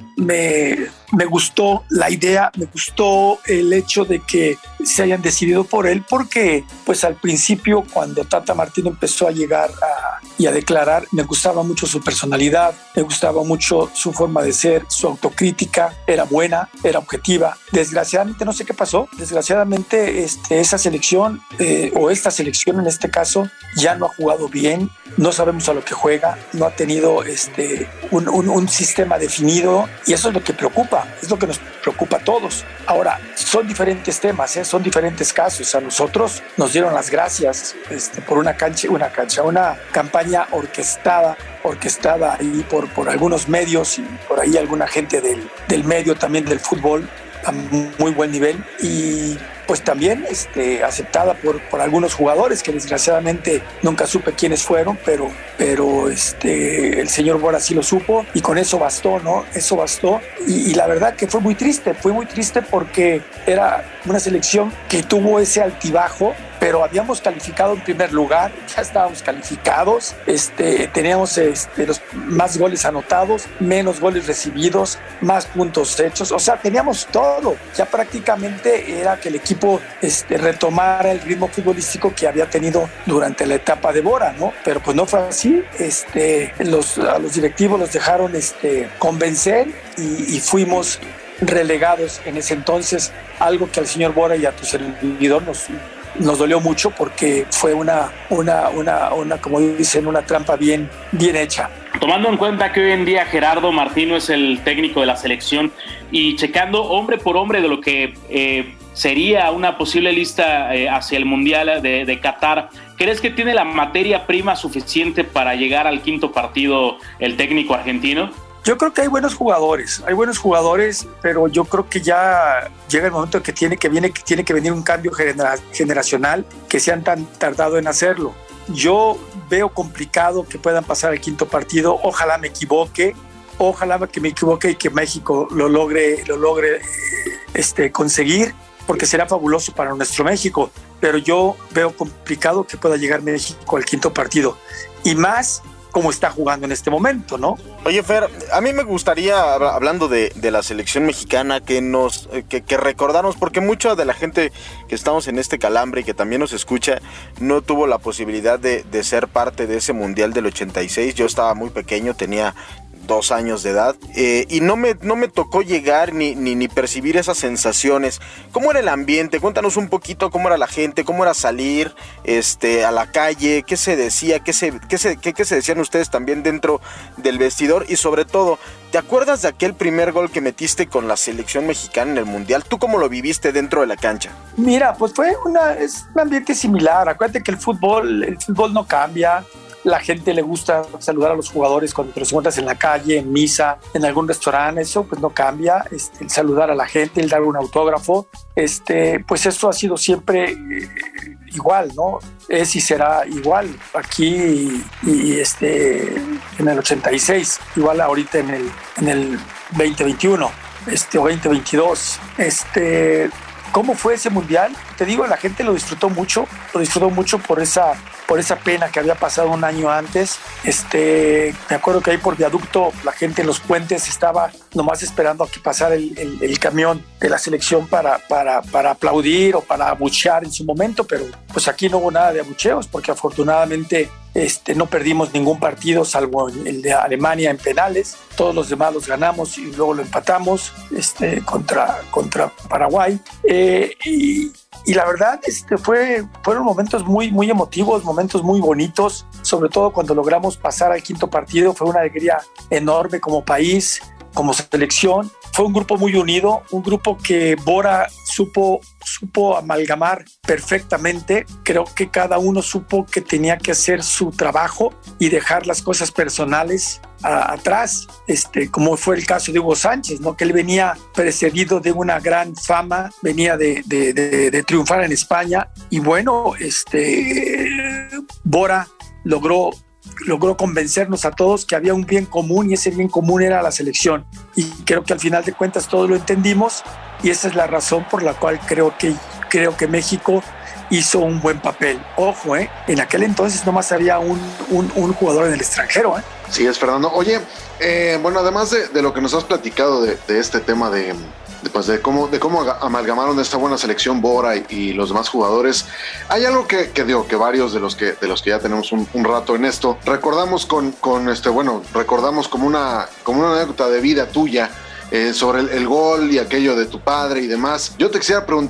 me gustó la idea, me gustó el hecho de que se hayan decidido por él, porque pues al principio, cuando Tata Martino empezó a llegar y a declarar, me gustaba mucho su personalidad, me gustaba mucho su forma de ser, su autocrítica era buena, era objetiva. Desgraciadamente no sé qué pasó, desgraciadamente esa selección o esta selección en este caso ya no ha jugado bien, no sabemos a lo que juega, no ha tenido un sistema definido, y eso es lo que preocupa, es lo que nos preocupa a todos. Ahora, son diferentes temas, son diferentes casos. A nosotros nos dieron las gracias por una campaña orquestada ahí por algunos medios y por ahí alguna gente del medio también del fútbol a muy buen nivel, y pues también aceptada por algunos jugadores que desgraciadamente nunca supe quiénes fueron, pero el señor Bora sí lo supo, y con eso bastó, ¿no? Eso bastó, y la verdad que fue muy triste porque era una selección que tuvo ese altibajo, pero habíamos calificado en primer lugar, ya estábamos calificados, teníamos los más goles anotados, menos goles recibidos, más puntos hechos, o sea, teníamos todo. Ya prácticamente era que el equipo retomara el ritmo futbolístico que había tenido durante la etapa de Bora, ¿no? Pero pues no fue así. A los directivos los dejaron convencer y fuimos relegados en ese entonces, algo que al señor Bora y a tu servidor nos dolió mucho, porque fue una como dicen, una trampa bien hecha. Tomando en cuenta que hoy en día Gerardo Martino es el técnico de la selección, y checando hombre por hombre de lo que sería una posible lista hacia el Mundial de Qatar, ¿crees que tiene la materia prima suficiente para llegar al quinto partido el técnico argentino? Yo creo que hay buenos jugadores, pero yo creo que ya llega el momento que tiene que venir un cambio generacional, que se han tan tardado en hacerlo. Yo veo complicado que puedan pasar al quinto partido. Ojalá me equivoque y que México lo logre conseguir, porque será fabuloso para nuestro México. Pero yo veo complicado que pueda llegar México al quinto partido, y más como está jugando en este momento, ¿no? Oye, Fer, a mí me gustaría, hablando de la selección mexicana, que recordarnos, porque mucha de la gente que estamos en este calambre y que también nos escucha, no tuvo la posibilidad de ser parte de ese Mundial del 86. Yo estaba muy pequeño, tenía 2 años de edad, y no me tocó llegar ni percibir esas sensaciones. ¿Cómo era el ambiente? Cuéntanos un poquito cómo era la gente, cómo era salir a la calle, qué se decía, qué se decían ustedes también dentro del vestidor, y sobre todo, ¿te acuerdas de aquel primer gol que metiste con la selección mexicana en el Mundial? ¿Tú cómo lo viviste dentro de la cancha? Mira, pues es un ambiente similar. Acuérdate que el fútbol no cambia. La gente le gusta saludar a los jugadores cuando te los encuentras en la calle, en misa, en algún restaurante. Eso pues no cambia. El saludar a la gente, el dar un autógrafo, pues eso ha sido siempre igual, ¿no? Es y será igual aquí y en el 86, igual ahorita en el 2021 o 2022. ¿Cómo fue ese mundial? Te digo, la gente lo disfrutó mucho por esa pena que había pasado un año antes. Me acuerdo que ahí por viaducto la gente en los puentes estaba nomás esperando a que pasara el camión de la selección para aplaudir o para abuchear en su momento, pero pues aquí no hubo nada de abucheos, porque afortunadamente no perdimos ningún partido salvo el de Alemania en penales. Todos los demás los ganamos y luego lo empatamos contra Paraguay, y la verdad fueron momentos muy, muy emotivos, momentos muy bonitos, sobre todo cuando logramos pasar al quinto partido. Fue una alegría enorme como país, como selección. Fue un grupo muy unido, un grupo que Bora supo amalgamar perfectamente. Creo que cada uno supo que tenía que hacer su trabajo y dejar las cosas personales atrás, como fue el caso de Hugo Sánchez, ¿no? Que él venía precedido de una gran fama, venía de triunfar en España, y bueno, Bora logró convencernos a todos que había un bien común, y ese bien común era la selección, y creo que al final de cuentas todos lo entendimos, y esa es la razón por la cual creo que México hizo un buen papel. Ojo, en aquel entonces nomás había un jugador en el extranjero. Sí, es Fernando. Oye, bueno, además de lo que nos has platicado de este tema de cómo amalgamaron esta buena selección Bora y los demás jugadores, hay algo que varios de los que ya tenemos un rato en esto recordamos recordamos como una anécdota de vida tuya, sobre el gol y aquello de tu padre y demás. Yo te quisiera preguntar,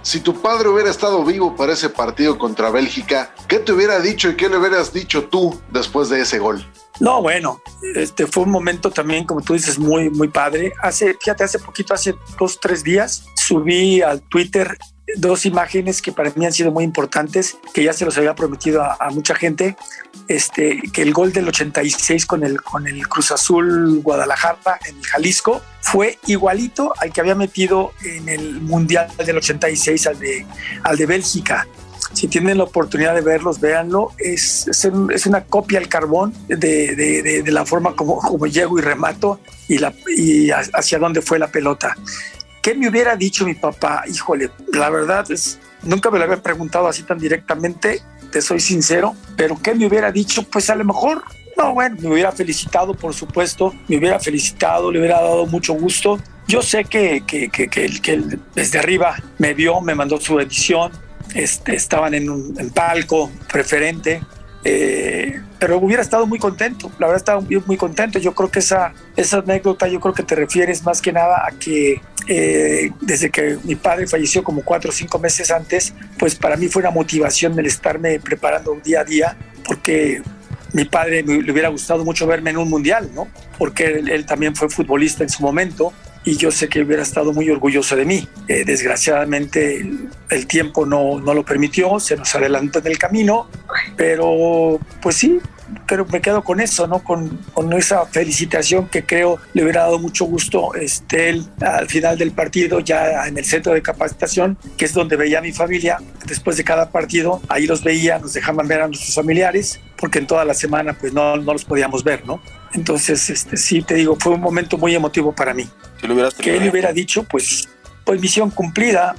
si tu padre hubiera estado vivo para ese partido contra Bélgica, ¿qué te hubiera dicho y qué le hubieras dicho tú después de ese gol? No, bueno, fue un momento también, como tú dices, muy, muy padre. Hace poquito, hace 2-3 días, subí al Twitter 2 imágenes que para mí han sido muy importantes, que ya se los había prometido a mucha gente, que el gol del 86 con el Cruz Azul Guadalajara en Jalisco fue igualito al que había metido en el Mundial del 86, al de Bélgica. Si tienen la oportunidad de verlos, véanlo. Es una copia al carbón de la forma como llego y remato y hacia dónde fue la pelota. ¿Qué me hubiera dicho mi papá? Híjole, la verdad nunca me lo había preguntado así tan directamente, te soy sincero, pero ¿qué me hubiera dicho? Pues a lo mejor, no, bueno, me hubiera felicitado, por supuesto, le hubiera dado mucho gusto. Yo sé que él desde arriba me vio, me mandó su edición, estaban en palco preferente, pero hubiera estado muy contento, la verdad estaba muy contento. Yo creo que esa anécdota, yo creo que te refieres más que nada a que desde que mi padre falleció como 4 o 5 meses antes, pues para mí fue una motivación el estarme preparando día a día, porque mi padre le hubiera gustado mucho verme en un mundial, ¿no? Porque él también fue futbolista en su momento y yo sé que hubiera estado muy orgulloso de mí. Desgraciadamente el tiempo no lo permitió, se nos adelantó en el camino, pero pues sí, pero me quedo con eso, ¿no? Con esa felicitación que creo le hubiera dado mucho gusto él al final del partido, ya en el centro de capacitación, que es donde veía a mi familia. Después de cada partido, ahí los veía, nos dejaban ver a nuestros familiares, porque en toda la semana pues no los podíamos ver, ¿no? Entonces, sí, te digo, fue un momento muy emotivo para mí. Si lo hubieras ¿Qué le hubiera dicho? Pues misión cumplida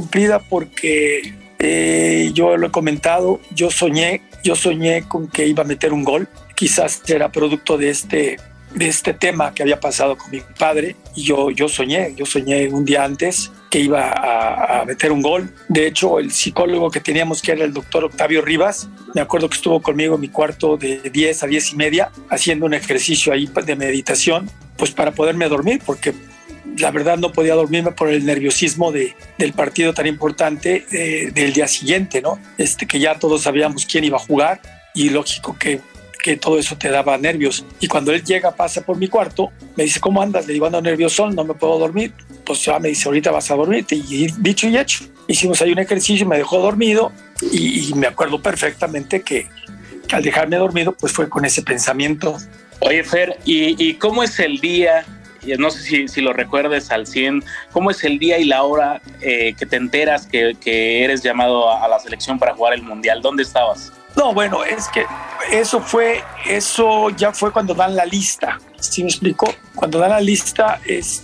porque yo lo he comentado, yo soñé con que iba a meter un gol. Quizás era producto de este tema que había pasado con mi padre, y yo soñé un día antes que iba a meter un gol. De hecho, el psicólogo que teníamos, que era el doctor Octavio Rivas, me acuerdo que estuvo conmigo en mi cuarto de 10 a 10 y media haciendo un ejercicio ahí de meditación, pues para poderme dormir, porque la verdad no podía dormirme por el nerviosismo del partido tan importante del día siguiente, ¿no? Que ya todos sabíamos quién iba a jugar, y lógico que todo eso te daba nervios. Y cuando él pasa por mi cuarto, me dice, ¿cómo andas? Le digo, ando nerviosón, no me puedo dormir. Pues ya me dice, ahorita vas a dormirte. Y dicho y hecho, hicimos ahí un ejercicio, me dejó dormido, y me acuerdo perfectamente que al dejarme dormido, pues fue con ese pensamiento. Oye, Fer, ¿y cómo es el día? No sé si lo recuerdes al 100, ¿cómo es el día y la hora que te enteras que eres llamado a la selección para jugar el Mundial? ¿Dónde estabas? No, bueno, es que eso ya fue cuando dan la lista, ¿sí me explico? Cuando dan la lista,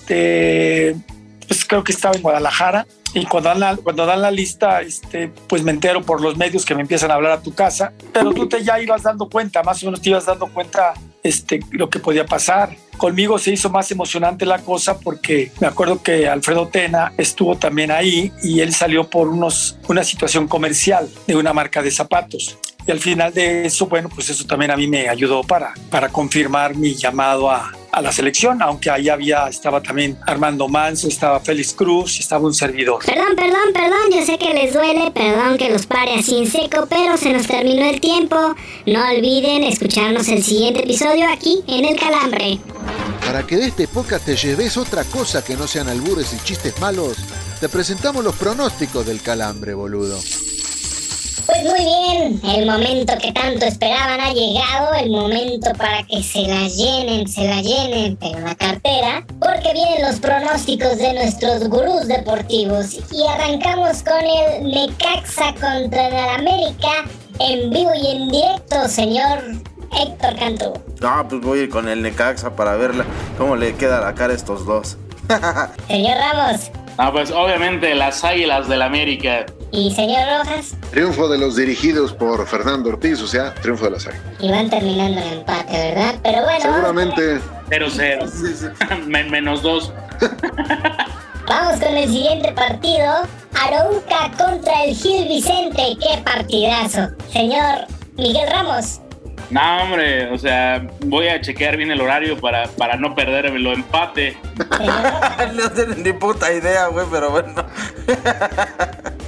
pues creo que estaba en Guadalajara, y cuando dan la lista, pues me entero por los medios que me empiezan a hablar a tu casa, pero tú ya ibas dando cuenta, más o menos te ibas dando cuenta lo que podía pasar. Conmigo se hizo más emocionante la cosa porque me acuerdo que Alfredo Tena estuvo también ahí, y él salió por una situación comercial de una marca de zapatos. Y al final de eso, bueno, pues eso también a mí me ayudó para confirmar mi llamado a la selección, aunque ahí estaba también Armando Manso, estaba Félix Cruz y estaba un servidor. Perdón, yo sé que les duele, perdón que los pare así en seco, pero se nos terminó el tiempo. No olviden escucharnos el siguiente episodio aquí en El Calambre. Para que de esta época te lleves otra cosa que no sean albures y chistes malos, te presentamos los pronósticos del Calambre, boludo. Pues muy bien, el momento que tanto esperaban ha llegado, el momento para que se la llenen, pero la cartera, porque vienen los pronósticos de nuestros gurús deportivos, y arrancamos con el Necaxa contra el América, en vivo y en directo, señor Héctor Cantú. Pues voy a ir con el Necaxa para verla cómo le queda la cara a estos dos. Señor Ramos. Pues obviamente las Águilas del América. ¿Y señor Rojas? Triunfo de los dirigidos por Fernando Ortiz, o sea, triunfo de las Águilas. Y van terminando el empate, ¿verdad? Pero bueno. Seguramente. 0-0. -2. Vamos con el siguiente partido. Arouca contra el Gil Vicente. ¡Qué partidazo! Señor Miguel Ramos. No, hombre, o sea, voy a chequear bien el horario para no perderme el empate. No tienen ni puta idea, güey, pero bueno.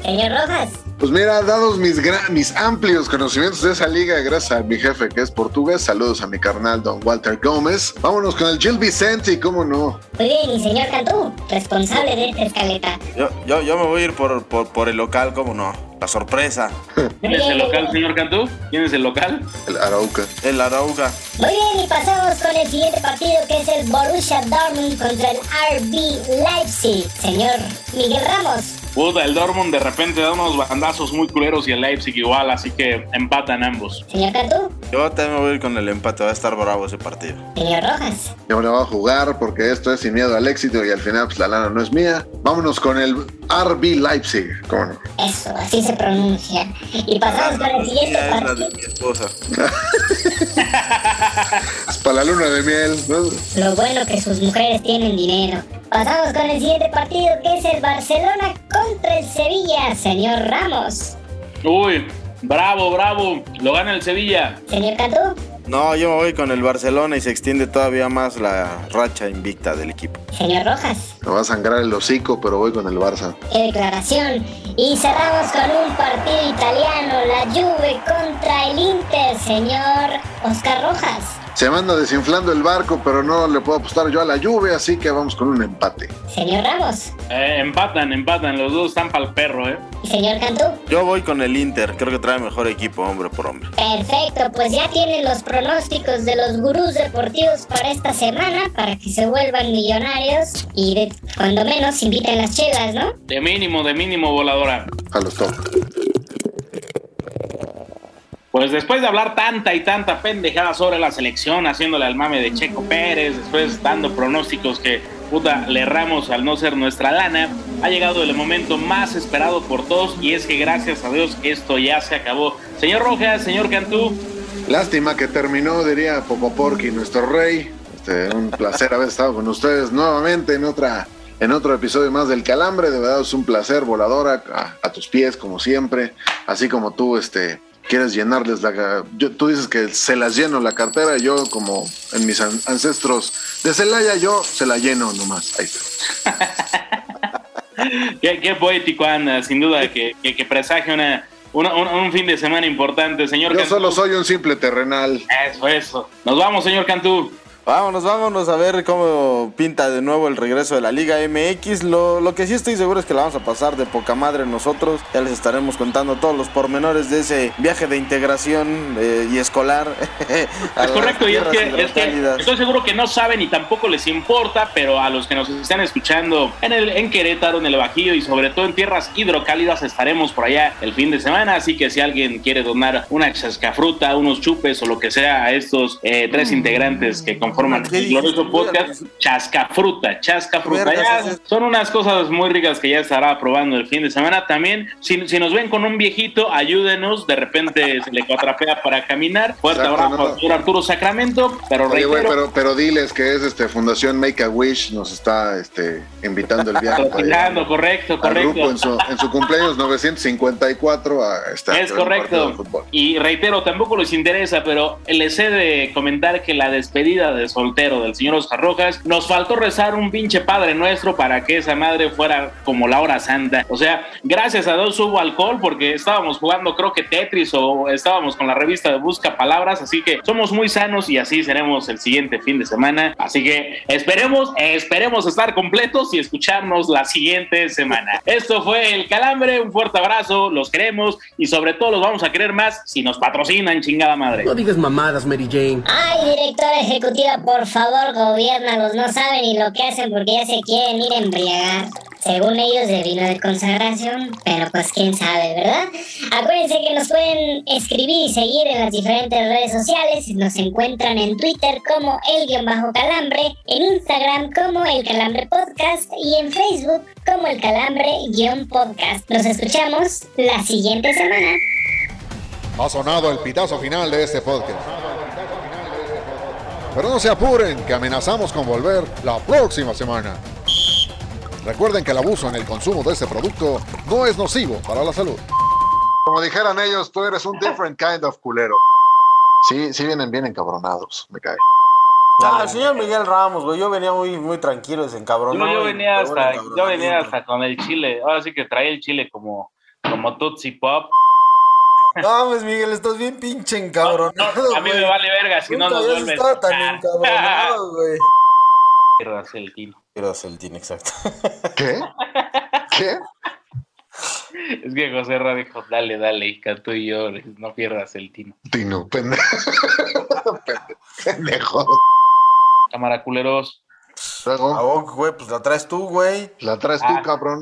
Señor Rojas. Pues mira, dados mis amplios conocimientos de esa liga, gracias a mi jefe que es portugués, saludos a mi carnal don Walter Gómez. Vámonos con el Gil Vicente, ¿cómo no? Muy bien, y señor Cantú, responsable de esta escaleta. Yo me voy a ir por el local, ¿cómo no? La sorpresa. ¿Quién es el local, señor Cantú? ¿Quién es el local? El Arauca. El Arauca. Muy bien, y pasamos con el siguiente partido, que es el Borussia Dortmund contra el RB Leipzig. Señor Miguel Ramos. Puta, el Dortmund de repente da unos bandazos muy culeros y el Leipzig igual, así que empatan ambos. Señor Cantú. Yo también me voy a ir con el empate, va a estar bravo ese partido. Señor Rojas. Yo me lo voy a jugar porque esto es sin miedo al éxito y al final pues la lana no es mía. Vámonos con el RB Leipzig, ¿cómo no? Eso, así se pronuncia. Y pasamos con el siguiente Es la partido. de mi esposa. Es para la luna de miel, ¿no? Lo bueno que sus mujeres tienen dinero. Pasamos con el siguiente partido, que es el Barcelona contra el Sevilla. Señor Ramos. Uy, bravo. Lo gana el Sevilla. Señor Cantú. No, yo me voy con el Barcelona y se extiende todavía más la racha invicta del equipo. Señor Rojas. Me va a sangrar el hocico, pero voy con el Barça. Qué declaración. Y cerramos con un partido italiano, la Juve contra el Inter. Señor Oscar Rojas. Se me anda desinflando el barco, pero no le puedo apostar yo a la lluvia, así que vamos con un empate. Señor Ramos. Empatan, los dos están para el perro, ¿Y señor Cantú? Yo voy con el Inter, creo que trae mejor equipo, hombre por hombre. Perfecto, pues ya tienen los pronósticos de los gurús deportivos para esta semana, para que se vuelvan millonarios y cuando menos inviten las chelas, ¿no? De mínimo, voladora. A los top. Pues después de hablar tanta pendejada sobre la selección, haciéndole al mame de Checo Pérez, después dando pronósticos que, le erramos al no ser nuestra lana, ha llegado el momento más esperado por todos y es que gracias a Dios esto ya se acabó. Señor Rojas, señor Cantú. Lástima que terminó, diría Popoporqui, nuestro rey. Un placer haber estado con ustedes nuevamente en otro episodio más del Calambre. De verdad es un placer, voladora, a tus pies como siempre, así como tú, quieres llenarles tú dices que se las lleno la cartera, yo como en mis ancestros de Celaya, yo se la lleno nomás. Ahí está. Qué poético anda, sin duda que presagia un fin de semana importante, señor Yo Cantú. solo soy un simple terrenal. Eso. Nos vamos, señor Cantú. Vámonos a ver cómo pinta de nuevo el regreso de la Liga MX. Lo que sí estoy seguro es que la vamos a pasar de poca madre nosotros. Ya les estaremos contando todos los pormenores de ese viaje de integración y escolar. Es correcto, y es que estoy seguro que no saben y tampoco les importa, pero a los que nos están escuchando en Querétaro, en el Bajío y sobre todo en tierras hidrocálidas estaremos por allá el fin de semana, así que si alguien quiere donar una chascafruta, unos chupes o lo que sea a estos tres integrantes que conforman el glorioso podcast, chascafruta. Ya son unas cosas muy ricas que ya estará probando el fin de semana. También, si nos ven con un viejito, ayúdenos, de repente se le cuatrapea para caminar. Fuerte abrazo al señor Arturo Sacramento, pero Oye, reitero, güey, pero diles que es Fundación Make a Wish, nos está invitando el viaje. correcto. Al grupo en su cumpleaños 954 a estar. Es correcto. Y reitero, tampoco les interesa, pero les he de comentar que la despedida de soltero del señor Oscar Rojas, nos faltó rezar un pinche Padre Nuestro para que esa madre fuera como la hora santa. O sea, gracias a Dios hubo alcohol porque estábamos jugando creo que Tetris o estábamos con la revista de Busca Palabras, así que somos muy sanos y así seremos el siguiente fin de semana. Así que esperemos estar completos y escucharnos la siguiente semana. Esto fue El Calambre, un fuerte abrazo, los queremos y sobre todo los vamos a querer más si nos patrocinan, chingada madre. No digas mamadas, Mary Jane. Ay, directora ejecutiva, por favor, gobiérnalos. No saben ni lo que hacen porque ya se quieren ir a embriagar. Según ellos, de vino de consagración, pero pues quién sabe, ¿verdad? Acuérdense que nos pueden escribir y seguir en las diferentes redes sociales. Nos encuentran en Twitter como el_calambre, en Instagram como el Calambre Podcast y en Facebook como el Calambre_podcast. Nos escuchamos la siguiente semana. Ha sonado el pitazo final de este podcast. Pero no se apuren, que amenazamos con volver la próxima semana. Recuerden que el abuso en el consumo de este producto no es nocivo para la salud. Como dijeran ellos, tú eres un different kind of culero. Sí vienen bien encabronados, me cae. El señor Miguel Ramos, güey, yo venía muy tranquilo, desencabronado. Yo venía hasta con el chile. Ahora sí que traía el chile como como Tootsie Pop. No, pues Miguel, estás bien pinche encabronado, A mí me vale verga si no nos vuelves. Estaba tan encabronado, güey. Pierdas el tino. Pierdas el tino, exacto. ¿Qué? ¿Qué? Es que José Ra dijo, dale, y tú y yo, no pierdas el tino. Tino, pendejo. Pendejo. Cámara, culeros. Luego, Güey, pues la traes tú, güey. la traes tú, cabrón.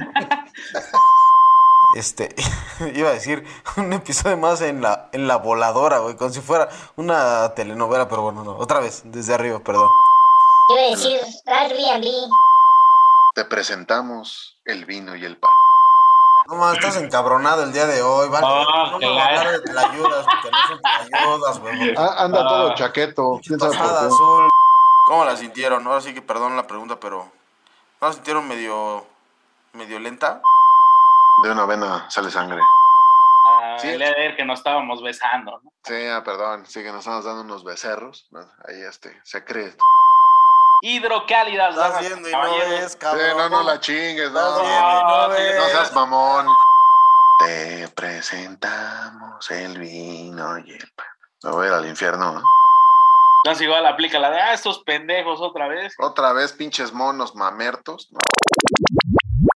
Iba a decir un episodio más en la voladora, güey, como si fuera una telenovela, pero bueno, no, otra vez, desde arriba, perdón. Iba a decir Airbnb. Te presentamos el vino y el pan. No más, estás encabronado el día de hoy, ¿vale? No me voy a hablar de tlayudas, porque no son tlayudas, güey. Anda todo chaqueto. ¿Quién sabe por Pasada qué? azul. ¿Cómo la sintieron? Ahora sí que perdón la pregunta, pero ¿no la sintieron medio lenta? De una vena sale sangre. Sí, le de ver que nos estábamos besando, ¿no? Sí, perdón. Sí, que nos estamos dando unos becerros, ¿no? Ahí se cree. Hidrocálidas. Estás viendo y no ves, Sí, cabrón. no la chingues, no. Estás viendo y no ves. No seas mamón. Te presentamos el vino y el pan. Me voy a ir al infierno, ¿no? Entonces igual aplica la de, estos pendejos otra vez. Otra vez, pinches monos mamertos, ¿no?